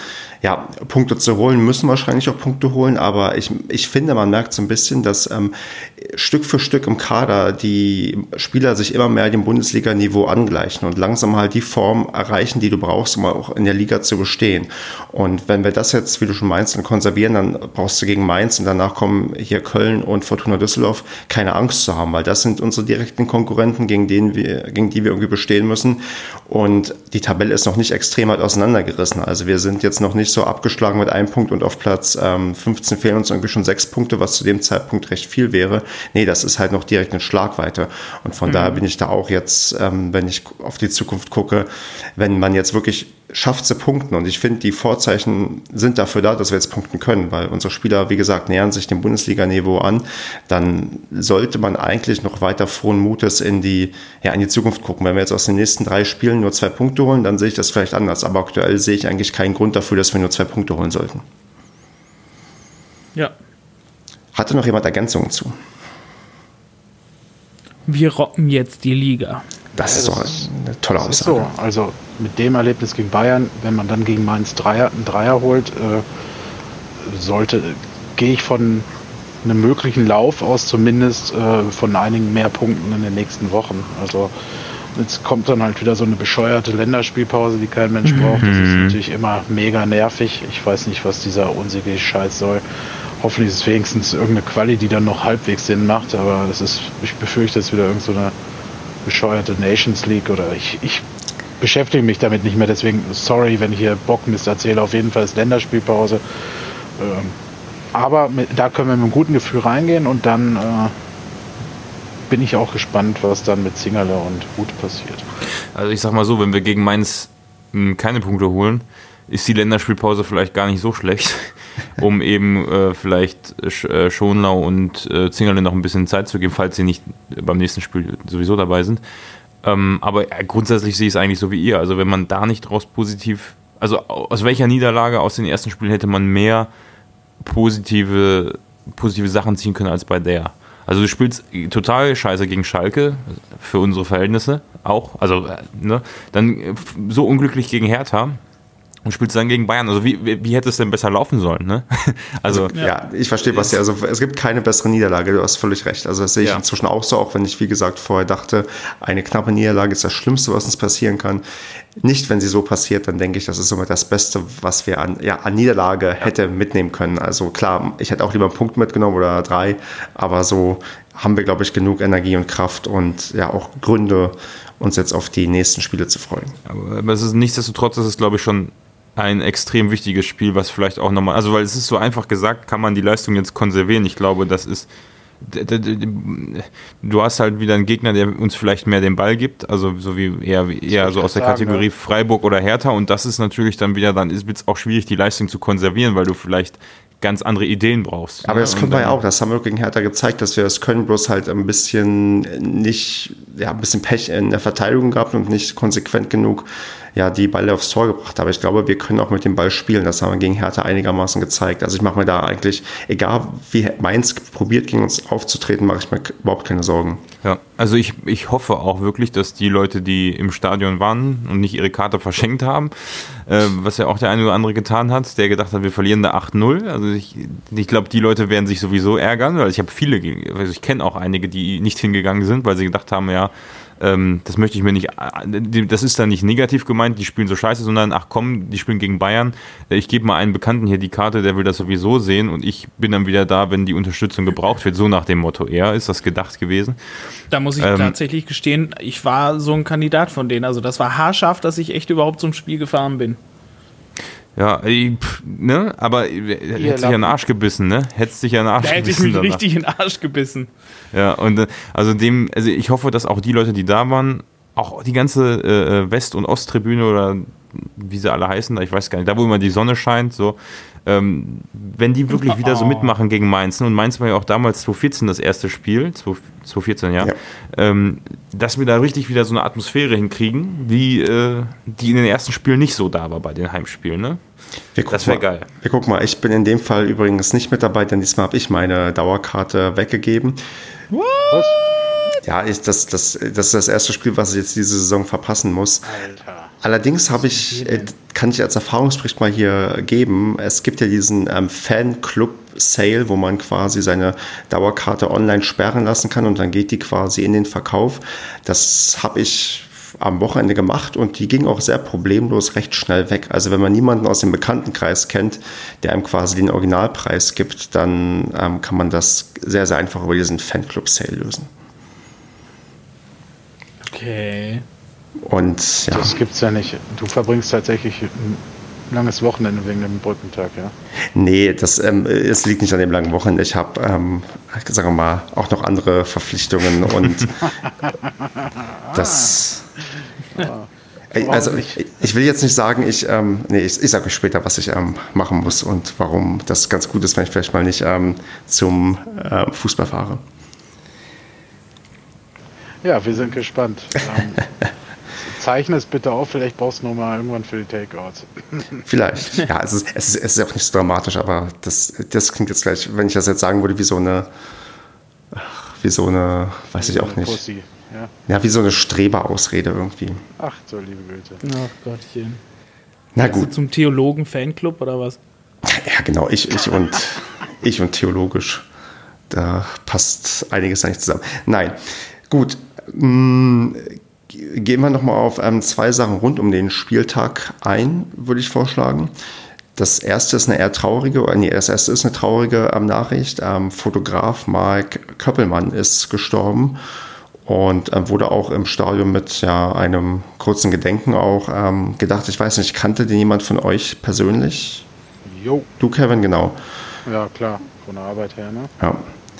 ja, Punkte zu holen, müssen wahrscheinlich auch Punkte holen, aber ich, ich finde, man merkt so ein bisschen, dass ähm, Stück für Stück im Kader die Spieler sich immer mehr dem Bundesliga-Niveau angleichen und langsam halt die Form erreichen, die du brauchst, um auch in der Liga zu bestehen. Und wenn wir das jetzt, wie du schon meinst, konservieren, dann brauchst du gegen Mainz und danach kommen hier Köln und Fortuna Düsseldorf keine Angst zu haben, weil das sind unsere direkten Konkurrenten, gegen, denen wir, gegen die wir irgendwie bestehen müssen. Und die Tabelle ist noch nicht extrem weit auseinandergerissen. Also wir sind jetzt noch nicht so abgeschlagen mit einem Punkt und auf Platz ähm, fünfzehn fehlen uns irgendwie schon sechs Punkte, was zu dem Zeitpunkt recht viel wäre. Nee, das ist halt noch direkt eine Schlagweite. Und von mhm. daher bin ich da auch jetzt, ähm, wenn ich auf die Zukunft gucke, wenn man jetzt wirklich schafft zu punkten. Und ich finde, die Vorzeichen sind dafür da, dass wir jetzt punkten können, weil unsere Spieler, wie gesagt, nähern sich dem Bundesliga-Niveau an. Dann sollte man eigentlich noch weiter frohen Mutes in die, ja, in die Zukunft gucken. Wenn wir jetzt aus den nächsten drei Spielen nur zwei Punkte holen, dann sehe ich das vielleicht anders. Aber aktuell sehe ich eigentlich keinen Grund dafür, dass wir nur zwei Punkte holen sollten. Ja. Hatte noch jemand Ergänzungen zu? Wir rocken jetzt die Liga. Das ist doch eine tolle Aussage. Das ist so. Also mit dem Erlebnis gegen Bayern, wenn man dann gegen Mainz Dreier, einen Dreier holt, äh, sollte, gehe ich von einem möglichen Lauf aus zumindest äh, von einigen mehr Punkten in den nächsten Wochen. Also jetzt kommt dann halt wieder so eine bescheuerte Länderspielpause, die kein Mensch braucht. Das ist natürlich immer mega nervig. Ich weiß nicht, was dieser unsinnige Scheiß soll. Hoffentlich ist es wenigstens irgendeine Quali, die dann noch halbwegs Sinn macht, aber das ist, ich befürchte, es ist wieder irgend so eine bescheuerte Nations League oder ich, ich beschäftige mich damit nicht mehr, deswegen sorry, wenn ich hier Bockmist erzähle, auf jeden Fall ist Länderspielpause. Ähm, aber mit, da können wir mit einem guten Gefühl reingehen und dann äh, bin ich auch gespannt, was dann mit Zingerle und Hut passiert. Also ich sag mal so, wenn wir gegen Mainz mh, keine Punkte holen, ist die Länderspielpause vielleicht gar nicht so schlecht, um eben äh, vielleicht äh, Schonlau und äh, Zingerle noch ein bisschen Zeit zu geben, falls sie nicht beim nächsten Spiel sowieso dabei sind. Ähm, aber äh, grundsätzlich sehe ich es eigentlich so wie ihr. Also wenn man da nicht draus positiv, also aus welcher Niederlage aus den ersten Spielen hätte man mehr positive, positive Sachen ziehen können als bei der. Also du spielst total scheiße gegen Schalke, für unsere Verhältnisse auch. Also ne, dann so unglücklich gegen Hertha. Und spielst dann gegen Bayern. Also wie, wie, wie hätte es denn besser laufen sollen? Ne? Also ja. ja, ich verstehe, Basti. Also es gibt keine bessere Niederlage. Du hast völlig recht. Also das sehe ich ja. inzwischen auch so, auch wenn ich, wie gesagt, vorher dachte, eine knappe Niederlage ist das Schlimmste, was uns passieren kann. Nicht, wenn sie so passiert, dann denke ich, das ist somit das Beste, was wir an, ja, an Niederlage hätte mitnehmen können. Also klar, ich hätte auch lieber einen Punkt mitgenommen oder drei, aber so haben wir, glaube ich, genug Energie und Kraft und ja auch Gründe, uns jetzt auf die nächsten Spiele zu freuen. Aber es ist nichtsdestotrotz, ist es, glaube ich, schon ein extrem wichtiges Spiel, was vielleicht auch nochmal, also weil es ist so einfach gesagt, kann man die Leistung jetzt konservieren. Ich glaube, das ist, du hast halt wieder einen Gegner, der uns vielleicht mehr den Ball gibt, also so wie eher, eher so aus der sagen, Kategorie ja. Freiburg oder Hertha, und das ist natürlich dann wieder, dann wird es auch schwierig, die Leistung zu konservieren, weil du vielleicht ganz andere Ideen brauchst. Aber das können wir ja auch, das haben wir gegen Hertha gezeigt, dass wir das können, bloß halt ein bisschen nicht, ja, ein bisschen Pech in der Verteidigung gehabt und nicht konsequent genug ja, die Bälle aufs Tor gebracht. Aber ich glaube, wir können auch mit dem Ball spielen. Das haben wir gegen Hertha einigermaßen gezeigt. Also ich mache mir da eigentlich, egal wie Mainz probiert, gegen uns aufzutreten, mache ich mir überhaupt keine Sorgen. Ja, also ich, ich hoffe auch wirklich, dass die Leute, die im Stadion waren und nicht ihre Karte verschenkt haben, äh, was ja auch der eine oder andere getan hat, der gedacht hat, wir verlieren da acht null. Also ich, ich glaube, die Leute werden sich sowieso ärgern, weil ich habe viele, also ich kenne auch einige, die nicht hingegangen sind, weil sie gedacht haben, ja, Ähm, das möchte ich mir nicht, das ist dann nicht negativ gemeint, die spielen so scheiße, sondern ach komm, die spielen gegen Bayern, ich gebe mal einen Bekannten hier die Karte, der will das sowieso sehen und ich bin dann wieder da, wenn die Unterstützung gebraucht wird, so nach dem Motto, eher ist das gedacht gewesen. Da muss ich ähm, tatsächlich gestehen, ich war so ein Kandidat von denen, also das war haarscharf, dass ich echt überhaupt zum Spiel gefahren bin. Ja, pff, ne, aber hätte sich an den Arsch gebissen, ne? Hättest dich an den Arsch da hätte gebissen. Ich mich danach. richtig in den Arsch gebissen. Ja, und also dem, also ich hoffe, dass auch die Leute, die da waren, auch die ganze äh, West- und Osttribüne oder wie sie alle heißen, ich weiß gar nicht, da wo immer die Sonne scheint, so, ähm, wenn die wirklich oh. wieder so mitmachen gegen Mainz, und Mainz war ja auch damals zwanzig vierzehn das erste Spiel, zwanzig vierzehn, ja, ja. Ähm, dass wir da richtig wieder so eine Atmosphäre hinkriegen, die, äh, die in den ersten Spielen nicht so da war bei den Heimspielen, ne? Das wäre geil. Wir gucken mal, ich bin in dem Fall übrigens nicht mit dabei, denn diesmal habe ich meine Dauerkarte weggegeben. What? Ja, ich, das, das, das ist das erste Spiel, was ich jetzt diese Saison verpassen muss. Alter. Allerdings habe ich, äh, kann ich als Erfahrungsbericht mal hier geben, es gibt ja diesen ähm, Fanclub-Sale, wo man quasi seine Dauerkarte online sperren lassen kann und dann geht die quasi in den Verkauf. Das habe ich am Wochenende gemacht und die ging auch sehr problemlos recht schnell weg. Also wenn man niemanden aus dem Bekanntenkreis kennt, der einem quasi den Originalpreis gibt, dann ähm, kann man das sehr, sehr einfach über diesen Fanclub-Sale lösen. Okay. Und ja. Das gibt's ja nicht. Du verbringst tatsächlich ein langes Wochenende wegen dem Brückentag, ja? Nee, das ähm, es liegt nicht an dem langen Wochenende. Ich habe, ähm, sagen wir mal, auch noch andere Verpflichtungen und das. Also ich, ich will jetzt nicht sagen, ich, ähm, nee, ich, ich sage euch später, was ich ähm, machen muss und warum das ganz gut ist, wenn ich vielleicht mal nicht ähm, zum äh, Fußball fahre. Ja, wir sind gespannt. Ähm, zeichne es bitte auf, vielleicht brauchst du noch mal irgendwann für die Takeouts. Vielleicht. Ja, es ist, es, ist, es ist auch nicht so dramatisch, aber das, das klingt jetzt gleich, wenn ich das jetzt sagen würde, wie so eine, ach, wie so eine, weiß ich auch nicht. Pussy, ja. Ja, wie so eine Streberausrede irgendwie. Ach so, liebe Güte. Ach Gottchen. Na Bist du gut. zum Theologen-Fanclub oder was? Ja, genau, ich, ich und ich und theologisch. Da passt einiges nicht zusammen. Nein. Gut. Mh, gehen wir nochmal auf ähm, zwei Sachen rund um den Spieltag ein, würde ich vorschlagen. Das erste ist eine eher traurige, oder nee, das erste ist eine traurige ähm, Nachricht. Ähm, Fotograf Mark Köppelmann ist gestorben und ähm, wurde auch im Stadion mit ja, einem kurzen Gedenken auch ähm, gedacht. Ich weiß nicht, kannte den jemand von euch persönlich? Jo. Du, Kevin, genau. Ja, klar, von der Arbeit her, ne? Ja.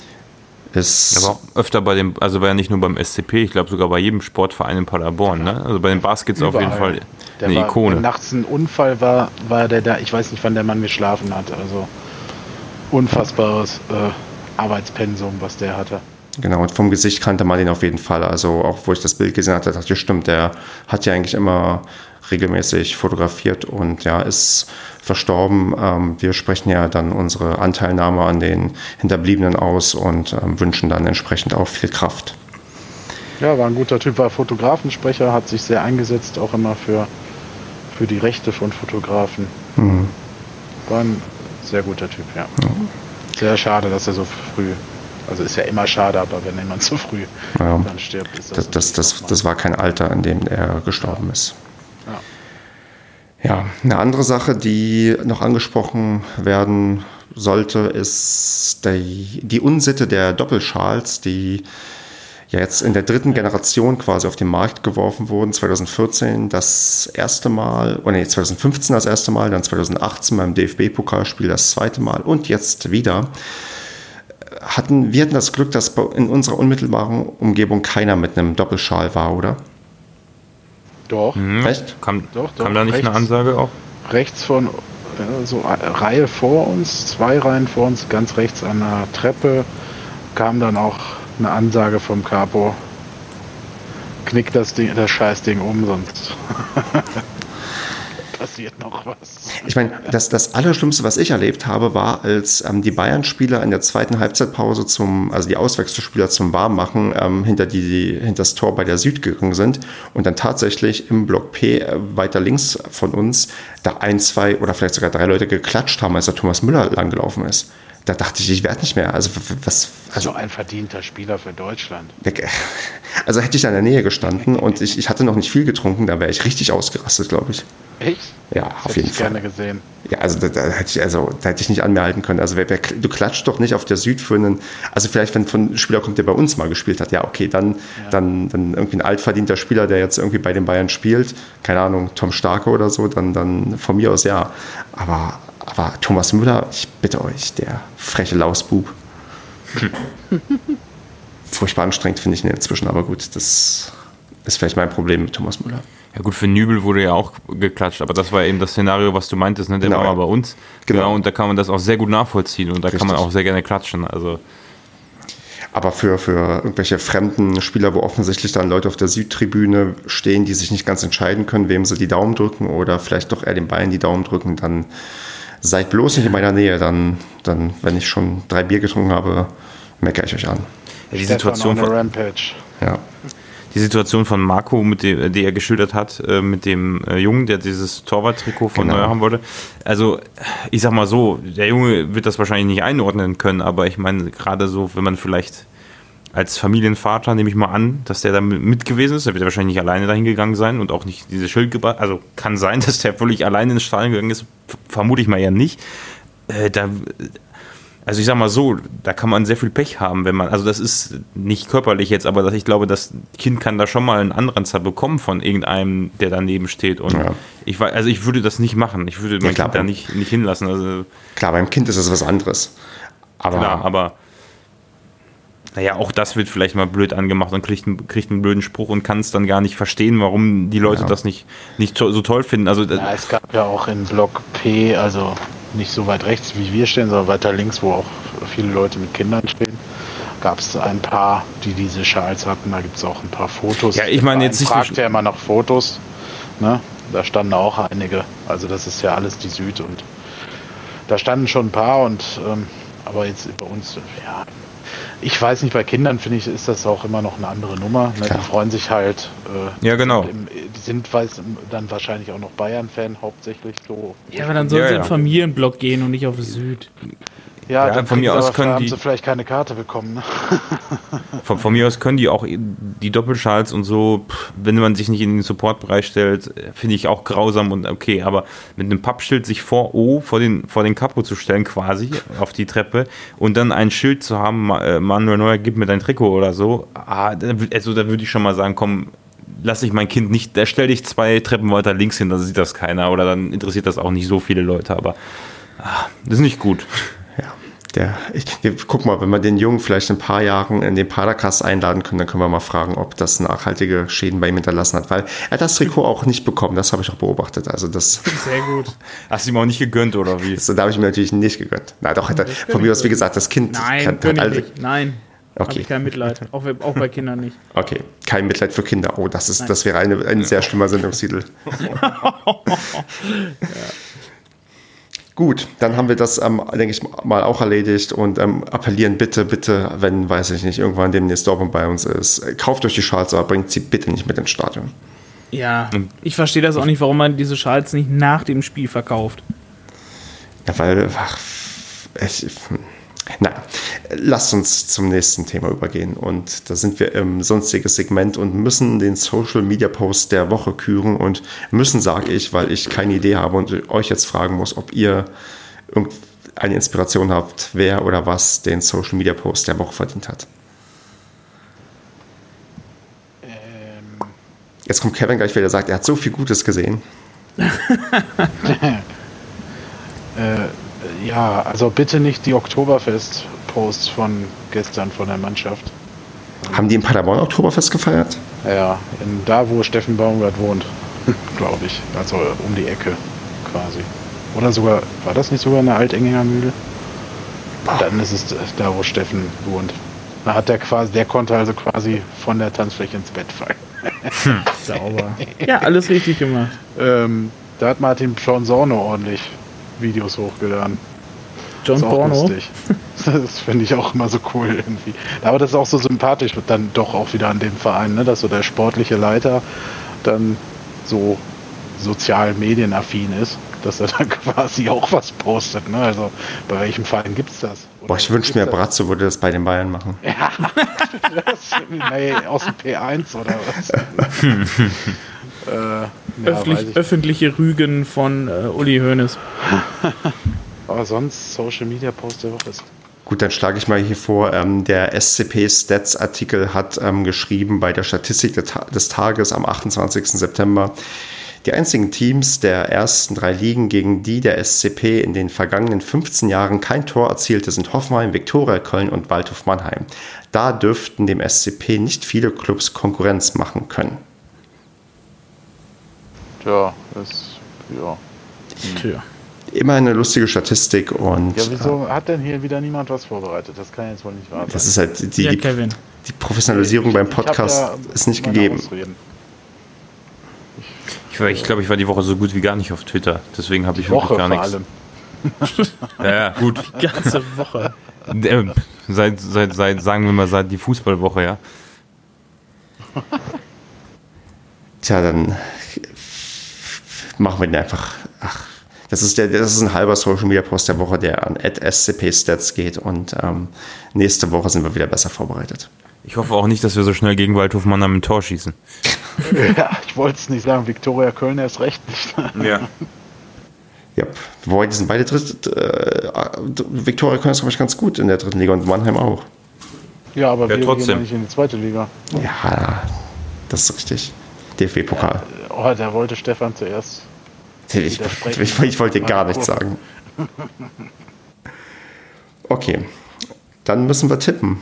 Ist Aber auch öfter bei dem, also war ja nicht nur beim S C P, ich glaube sogar bei jedem Sportverein in Paderborn, ne? Also bei den Baskets auf jeden Fall Der eine war, Ikone. Wenn nachts ein Unfall war, war der da, ich weiß nicht, wann der Mann geschlafen hat. Also unfassbares äh, Arbeitspensum, was der hatte. Genau, und vom Gesicht kannte man ihn auf jeden Fall. Also auch wo ich das Bild gesehen hatte, dachte ich, stimmt, der hat ja eigentlich immer regelmäßig fotografiert und ja, ist verstorben. Ähm, wir sprechen ja dann unsere Anteilnahme an den Hinterbliebenen aus und ähm, wünschen dann entsprechend auch viel Kraft. Ja, war ein guter Typ, war Fotografensprecher, hat sich sehr eingesetzt, auch immer für, für die Rechte von Fotografen. Mhm. War ein sehr guter Typ, ja. Mhm. Sehr schade, dass er so früh, also ist ja immer schade, aber wenn jemand so früh ja. dann stirbt, ist Das, das das, das, das war kein Alter, in dem er gestorben ja. ist. Ja. Ja, eine andere Sache, die noch angesprochen werden sollte, ist die, die Unsitte der Doppelschals, die ja jetzt in der dritten Generation quasi auf den Markt geworfen wurden. zwanzig vierzehn das erste Mal, oder nee, zwanzig fünfzehn das erste Mal, dann zwanzig achtzehn beim D F B-Pokalspiel das zweite Mal und jetzt wieder. Hatten, wir hatten das Glück, dass in unserer unmittelbaren Umgebung keiner mit einem Doppelschal war, oder? Doch. Mhm. Echt? Kam, Doch, doch, kam da nicht rechts. eine Ansage auch? Rechts von, äh, so eine Reihe vor uns, zwei Reihen vor uns, ganz rechts an der Treppe, kam dann auch eine Ansage vom Capo. Knick das Ding, das Scheißding um, sonst passiert noch was. Ich meine, das, das Allerschlimmste, was ich erlebt habe, war, als ähm, die Bayern-Spieler in der zweiten Halbzeitpause zum, also die Auswechselspieler zum Warmmachen ähm, hinter, die, hinter das Tor bei der Süd gegangen sind und dann tatsächlich im Block P äh, weiter links von uns da ein, zwei oder vielleicht sogar drei Leute geklatscht haben, als der Thomas Müller langgelaufen ist. Da dachte ich, ich werde nicht mehr. Also was? Also So ein verdienter Spieler für Deutschland. Also hätte ich da in der Nähe gestanden und ich, ich hatte noch nicht viel getrunken, da wäre ich richtig ausgerastet, glaube ich. Echt? Ja, Das auf hätte jeden ich Fall. gerne gesehen. Ja, also da, da hätte ich also da hätte ich nicht an mir halten können. Also wer, wer, du klatscht doch nicht auf der Süd für einen, also vielleicht wenn von einem Spieler kommt, der bei uns mal gespielt hat, ja okay, dann, ja. dann, dann irgendwie ein altverdienter Spieler, der jetzt irgendwie bei den Bayern spielt, keine Ahnung, Tom Starke oder so, dann, dann von mir aus ja. Aber, aber Thomas Müller, ich bitte euch, der freche Lausbub. Furchtbar anstrengend finde ich ihn inzwischen, aber gut, das ist vielleicht mein Problem mit Thomas Müller. Ja gut, für Nübel wurde ja auch geklatscht, aber das war eben das Szenario, was du meintest, ne? Der Genau. war mal bei uns. Genau. Genau. Und da kann man das auch sehr gut nachvollziehen und da Richtig. kann man auch sehr gerne klatschen. Also Aber für, für irgendwelche fremden Spieler, wo offensichtlich dann Leute auf der Südtribüne stehen, die sich nicht ganz entscheiden können, wem sie die Daumen drücken oder vielleicht doch eher den Bayern die Daumen drücken, dann seid bloß nicht in meiner Nähe. Dann, dann wenn ich schon drei Bier getrunken habe, meckere ich euch an. ja, die Stefan Situation on a von, Rampage. Ja. die die Situation von Marco, mit dem, die er geschildert hat, äh, mit dem äh, Jungen, der dieses Torwart-Trikot von Genau. Neuer haben wollte. Also, ich sag mal so, der Junge wird das wahrscheinlich nicht einordnen können, aber ich meine, gerade so, wenn man vielleicht als Familienvater, nehme ich mal an, dass der da mit gewesen ist, der wird ja wahrscheinlich nicht alleine dahin gegangen sein und auch nicht diese Schild gebracht, also kann sein, dass der völlig alleine ins Stadion gegangen ist, vermute ich mal eher nicht. Äh, da, also ich sag mal so, da kann man sehr viel Pech haben, wenn man, also das ist nicht körperlich jetzt, aber das, ich glaube, das Kind kann da schon mal einen Anreizer bekommen von irgendeinem, der daneben steht und Ja. ich weiß, also ich würde das nicht machen, ich würde mein Ja, klar. Kind da nicht, nicht hinlassen, also Klar, beim Kind ist das was anderes. Aber, klar, aber naja, auch das wird vielleicht mal blöd angemacht und kriegt einen, kriegt einen blöden Spruch und kann es dann gar nicht verstehen, warum die Leute Ja. das nicht, nicht to- so toll finden. Also, Ja, es gab ja auch in Block P, also nicht so weit rechts wie wir stehen, sondern weiter links, wo auch viele Leute mit Kindern stehen, gab es ein paar, die diese Schals hatten. Da gibt es auch ein paar Fotos. Ja, ich meine jetzt nicht- fragt ja immer nach Fotos. Ne? Da standen auch einige. Also das ist ja alles die Süd und da standen schon ein paar und ähm, aber jetzt bei uns, ja, ich weiß nicht, bei Kindern finde ich, ist das auch immer noch eine andere Nummer. Ne? Klar. Die freuen sich halt. Äh, Ja, genau. Im, die sind weiß, dann wahrscheinlich auch noch Bayern-Fan hauptsächlich so. Ja, aber dann sollen Ja, sie ja. in den Familienblock gehen und nicht auf Süd. Ja, Ja, dann von mir kriegen sie aus aber- können haben die- sie vielleicht keine Karte bekommen. Ne? Von, von mir aus können die auch die Doppelschals und so, pff, wenn man sich nicht in den Supportbereich stellt, finde ich auch grausam und okay, aber mit einem Pappschild sich vor O, vor den, vor den Kapo zu stellen quasi, auf die Treppe und dann ein Schild zu haben, Ma- äh, Manuel Neuer, gib mir dein Trikot oder so, ah, da wür- also da würde ich schon mal sagen, komm, lass ich mein Kind nicht, da stell dich zwei Treppen weiter links hin, dann sieht das keiner oder dann interessiert das auch nicht so viele Leute, aber ah, das ist nicht gut. ja, der, ich, wir, guck mal, wenn wir den Jungen vielleicht in ein paar Jahren in den Padercast einladen können, dann können wir mal fragen, ob das nachhaltige Schäden bei ihm hinterlassen hat, weil er hat das Trikot auch nicht bekommen, das habe ich auch beobachtet. Also das, Sehr gut. Hast du ihm auch nicht gegönnt oder wie? das da habe ich mir natürlich nicht gegönnt. Na doch, hat er, von mir aus, wie gesagt, das Kind Nein, kann, gönn ich alle- nicht. Nein. Hab Okay. ich kein Mitleid. Auch, auch bei Kindern nicht. Okay, kein Mitleid für Kinder. Oh, das ist, das wäre eine, ein sehr schlimmer Sendungstitel. Gut, dann haben wir das, ähm, denke ich mal, auch erledigt und ähm, appellieren bitte, bitte, wenn, weiß ich nicht, irgendwann demnächst Dortmund bei uns ist, äh, kauft euch die Schals, aber bringt sie bitte nicht mit ins Stadion. Ja, ich verstehe das auch nicht, warum man diese Schals nicht nach dem Spiel verkauft. Ja, weil, ach, ich, na, lasst uns zum nächsten Thema übergehen. Und da sind wir im sonstigen Segment und müssen den Social Media Post der Woche küren. Und müssen, sage ich, weil ich keine Idee habe und euch jetzt fragen muss, ob ihr eine Inspiration habt, wer oder was den Social Media Post der Woche verdient hat. Ähm, Jetzt kommt Kevin gleich wieder, der sagt, er hat so viel Gutes gesehen. äh, ja, also bitte nicht die Oktoberfest-Posts von gestern von der Mannschaft. Haben die in Paderborn Oktoberfest gefeiert? Ja, in, da wo Steffen Baumgart wohnt, glaube ich. Also um die Ecke quasi. Oder sogar, war das nicht sogar eine Altenginger Mühle? Dann ist es da, wo Steffen wohnt. Da hat der quasi, der konnte also quasi von der Tanzfläche ins Bett fallen. Sauber. Ja, alles richtig gemacht. Ähm, da hat Martin Pschornsorno ordentlich Videos hochgeladen. John Ist auch Porno. lustig. Das finde ich auch immer so cool irgendwie. Aber das ist auch so sympathisch, dann doch auch wieder an dem Verein, ne? Dass so der sportliche Leiter dann so sozial medienaffin ist, dass er dann quasi auch was postet. Ne? Also bei welchem Verein gibt es das? Oder Boah, ich wünsche mir, gibt's das? Brazzo würde das bei den Bayern machen. Nee, aus dem P eins oder was? äh, ja, Öffentlich, weiß ich. öffentliche Rügen von äh, Uli Hoeneß. Aber sonst Social Media Post der Woche ist. Gut, dann schlage ich mal hier vor, ähm, der S C P Stats Artikel hat ähm, geschrieben bei der Statistik des, Ta- des Tages am achtundzwanzigsten September, die einzigen Teams der ersten drei Ligen, gegen die der S C P in den vergangenen fünfzehn Jahren kein Tor erzielte, sind Hoffenheim, Viktoria Köln und Waldhof Mannheim. Da dürften dem S C P nicht viele Clubs Konkurrenz machen können. Ja, ist. Ja. Tja. Immer eine lustige Statistik und Ja, wieso hat denn hier wieder niemand was vorbereitet? Das kann jetzt wohl nicht wahr sein. das ist halt die, Ja, die, Kevin. die Professionalisierung beim Ich hab Podcast ja ist nicht meine gegeben. Ausreden. Ich, war- ich glaube, ich war die Woche so gut wie gar nicht auf Twitter. Deswegen habe ich wirklich Woche gar vor nichts. allem. Ja, ja, gut. Ganze Woche. Ähm, seit, seit, seit, sagen wir mal, seit die Fußballwoche, ja. Tja, dann machen wir den einfach. Ach, das ist, der, das ist ein halber Social Media Post der Woche, der an at S C P Stats geht. Und ähm, nächste Woche sind wir wieder besser vorbereitet. Ich hoffe auch nicht, dass wir so schnell gegen Waldhof Mannheim ein Tor schießen. Ja, ich wollte es nicht sagen. Viktoria Köln erst recht nicht. Ja. Ja, wobei, die sind beide dritt. Äh, Viktoria Köln ist, glaube ich, ganz gut in der dritten Liga und Mannheim auch. Ja, aber Ja, wir trotzdem. gehen ja nicht in die zweite Liga. Ja, das ist richtig. D F B-Pokal. Oh, da wollte Stefan zuerst. Ich, ich, ich, ich wollte gar nichts sagen. Okay, dann müssen wir tippen.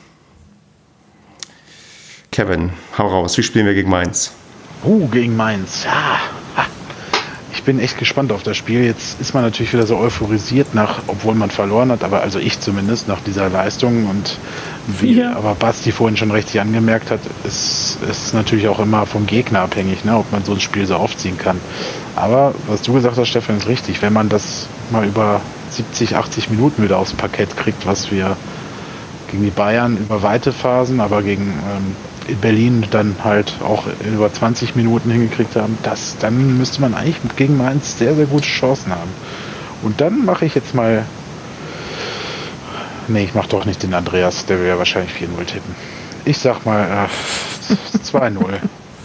Kevin, hau raus. Wie spielen wir gegen Mainz? Uh, gegen Mainz. Ja. Ich bin echt gespannt auf das Spiel. Jetzt ist man natürlich wieder so euphorisiert nach, obwohl man verloren hat, aber also ich zumindest nach dieser Leistung und wie Ja. aber Basti vorhin schon richtig angemerkt hat, ist es natürlich auch immer vom Gegner abhängig, ne, ob man so ein Spiel so aufziehen kann. Aber was du gesagt hast, Stefan, ist richtig. Wenn man das mal über siebzig, achtzig Minuten wieder aufs Parkett kriegt, was wir gegen die Bayern über weite Phasen, aber gegen ähm, in Berlin dann halt auch über zwanzig Minuten hingekriegt haben, das, dann müsste man eigentlich gegen Mainz sehr, sehr gute Chancen haben. Und dann mache ich jetzt mal, nee, ich mache doch nicht den Andreas, der will ja wahrscheinlich vier null tippen. Ich sag mal äh, zwei null.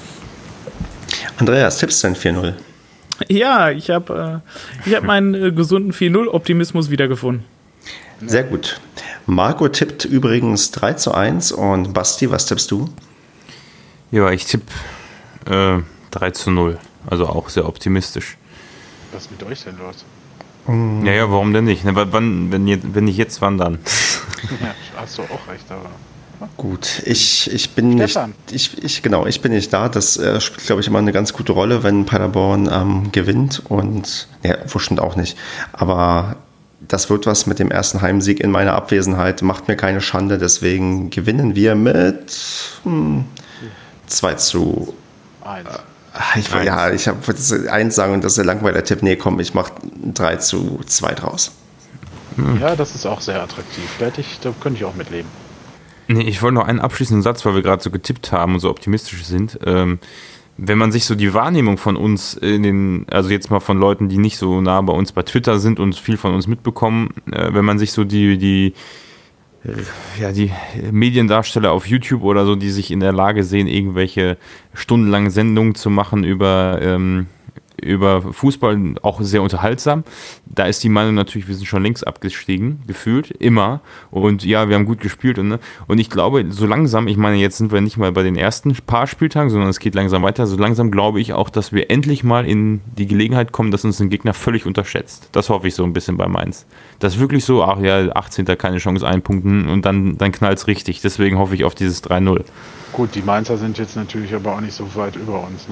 Andreas, tippst du denn vier null? Ja, ich habe äh, ich hab meinen äh, gesunden vier null Optimismus wiedergefunden. Sehr gut. Marco tippt übrigens drei zu eins und Basti, was tippst du? Ja, ich tippe äh, drei zu null. Also auch sehr optimistisch. Was ist mit euch denn los? Ja, ja, warum denn nicht? Ne, w- wann, wenn, jetzt, wenn nicht jetzt, wann dann? Ja, hast du auch recht, aber. Gut, ich, ich bin nicht, Stefan. ich, ich, genau, ich bin nicht da. Das äh, spielt, glaube ich, immer eine ganz gute Rolle, wenn Paderborn ähm, gewinnt und, ja, bestimmt auch nicht. Aber das wird was mit dem ersten Heimsieg in meiner Abwesenheit, macht mir keine Schande, deswegen gewinnen wir mit hm, zwei zu Eins. Ich, ja, ich habe eins sagen und das ist der Langweiler-Tipp. Nee, komm, ich mache drei zu zwei draus. Ja, das ist auch sehr attraktiv. Da, hätte ich, da könnte ich auch mitleben. Nee, ich wollte noch einen abschließenden Satz, weil wir gerade so getippt haben und so optimistisch sind. Ähm, wenn man sich so die Wahrnehmung von uns in den, also jetzt mal von Leuten, die nicht so nah bei uns bei Twitter sind und viel von uns mitbekommen, äh, wenn man sich so die, die, äh, ja, die Mediendarsteller auf YouTube oder so, die sich in der Lage sehen, irgendwelche stundenlangen Sendungen zu machen über, ähm, über Fußball, auch sehr unterhaltsam. Da ist die Meinung natürlich, wir sind schon längst abgestiegen, gefühlt, immer. Und ja, wir haben gut gespielt. Und, ne? und ich glaube, so langsam, ich meine, jetzt sind wir nicht mal bei den ersten paar Spieltagen, sondern es geht langsam weiter. So langsam glaube ich auch, dass wir endlich mal in die Gelegenheit kommen, dass uns ein Gegner völlig unterschätzt. Das hoffe ich so ein bisschen bei Mainz. Das ist wirklich so, ach ja, achtzehnter keine Chance, einpunkten und dann, dann knallt es richtig. Deswegen hoffe ich auf dieses drei null. Gut, die Mainzer sind jetzt natürlich aber auch nicht so weit über uns, ne?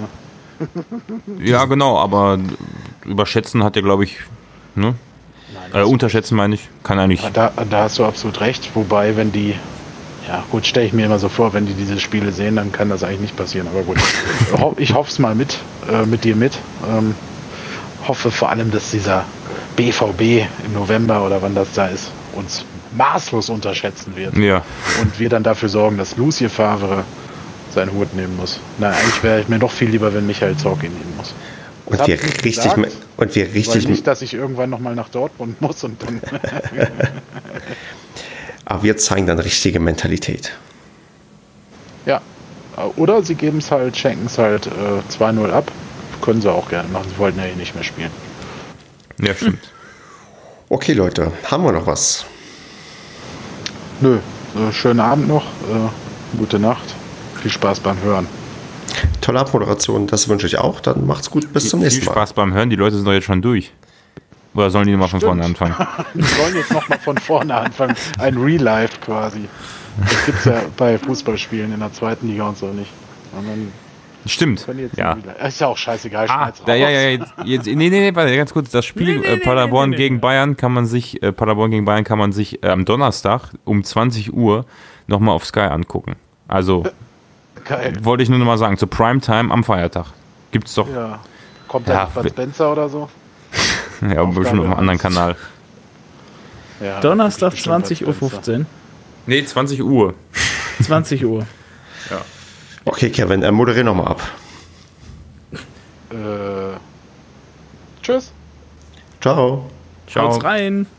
Ja, genau, aber überschätzen hat er, glaube ich, ne? Nein, Äh, unterschätzen meine ich, kann eigentlich. Da, da hast du absolut recht. Wobei, wenn die, ja gut, stelle ich mir immer so vor, wenn die diese Spiele sehen, dann kann das eigentlich nicht passieren. Aber gut, ich hoffe es mal mit, äh, mit dir mit. Ähm, hoffe vor allem, dass dieser B V B im November oder wann das da ist, uns maßlos unterschätzen wird. Ja. Und wir dann dafür sorgen, dass Lucien Favre seinen Hut nehmen muss. Nein, eigentlich wäre ich mir doch viel lieber, wenn Michael Zorc ihn nehmen muss. Das Und hab wir ich nicht richtig, gesagt, mit- und wir weil richtig, nicht, dass ich irgendwann nochmal nach Dortmund muss und dann. aber wir zeigen dann richtige Mentalität. Ja. Oder sie geben es halt, schenken es halt äh, zwei null ab. Können sie auch gerne machen. Sie wollten ja eh nicht mehr spielen. Ja, stimmt. Okay, Leute, haben wir noch was? Nö. Äh, schönen Abend noch. Äh, gute Nacht. Viel Spaß beim Hören. Tolle Abmoderation, das wünsche ich auch. Dann macht's gut, bis zum nächsten Viel Mal. Spaß beim Hören, die Leute sind doch jetzt schon durch. Oder sollen die nochmal von Stimmt. vorne anfangen? Wir sollen jetzt nochmal von vorne anfangen. Ein Real-Life quasi. Das gibt es ja bei Fußballspielen in der zweiten Liga und so nicht. Und dann Stimmt. können die jetzt Ja. ein Real-Life. Ist ja auch scheißegal. Ah, schneid's da, ja, raus. ja, jetzt, jetzt, nee, nee, nee, warte, ganz kurz, das Spiel Nee, nee, äh, nee, Paderborn nee, nee, gegen nee. Bayern kann man sich, äh, Paderborn gegen Bayern kann man sich äh, am Donnerstag um zwanzig Uhr nochmal auf Sky angucken. Also, Geil. wollte ich nur nochmal sagen, zur Primetime am Feiertag. Gibt's doch, ja, Ja. Kommt Ja, da Bud wir- Spencer oder so? ja bestimmt auf einem anderen Kanal. Ja, Donnerstag bestimmt Bud zwanzig Uhr Spencer. fünfzehn. Nee, zwanzig Uhr. zwanzig Uhr. Okay, Kevin, äh, moderier nochmal ab. Tschüss. Ciao. Ciao. Haut's rein.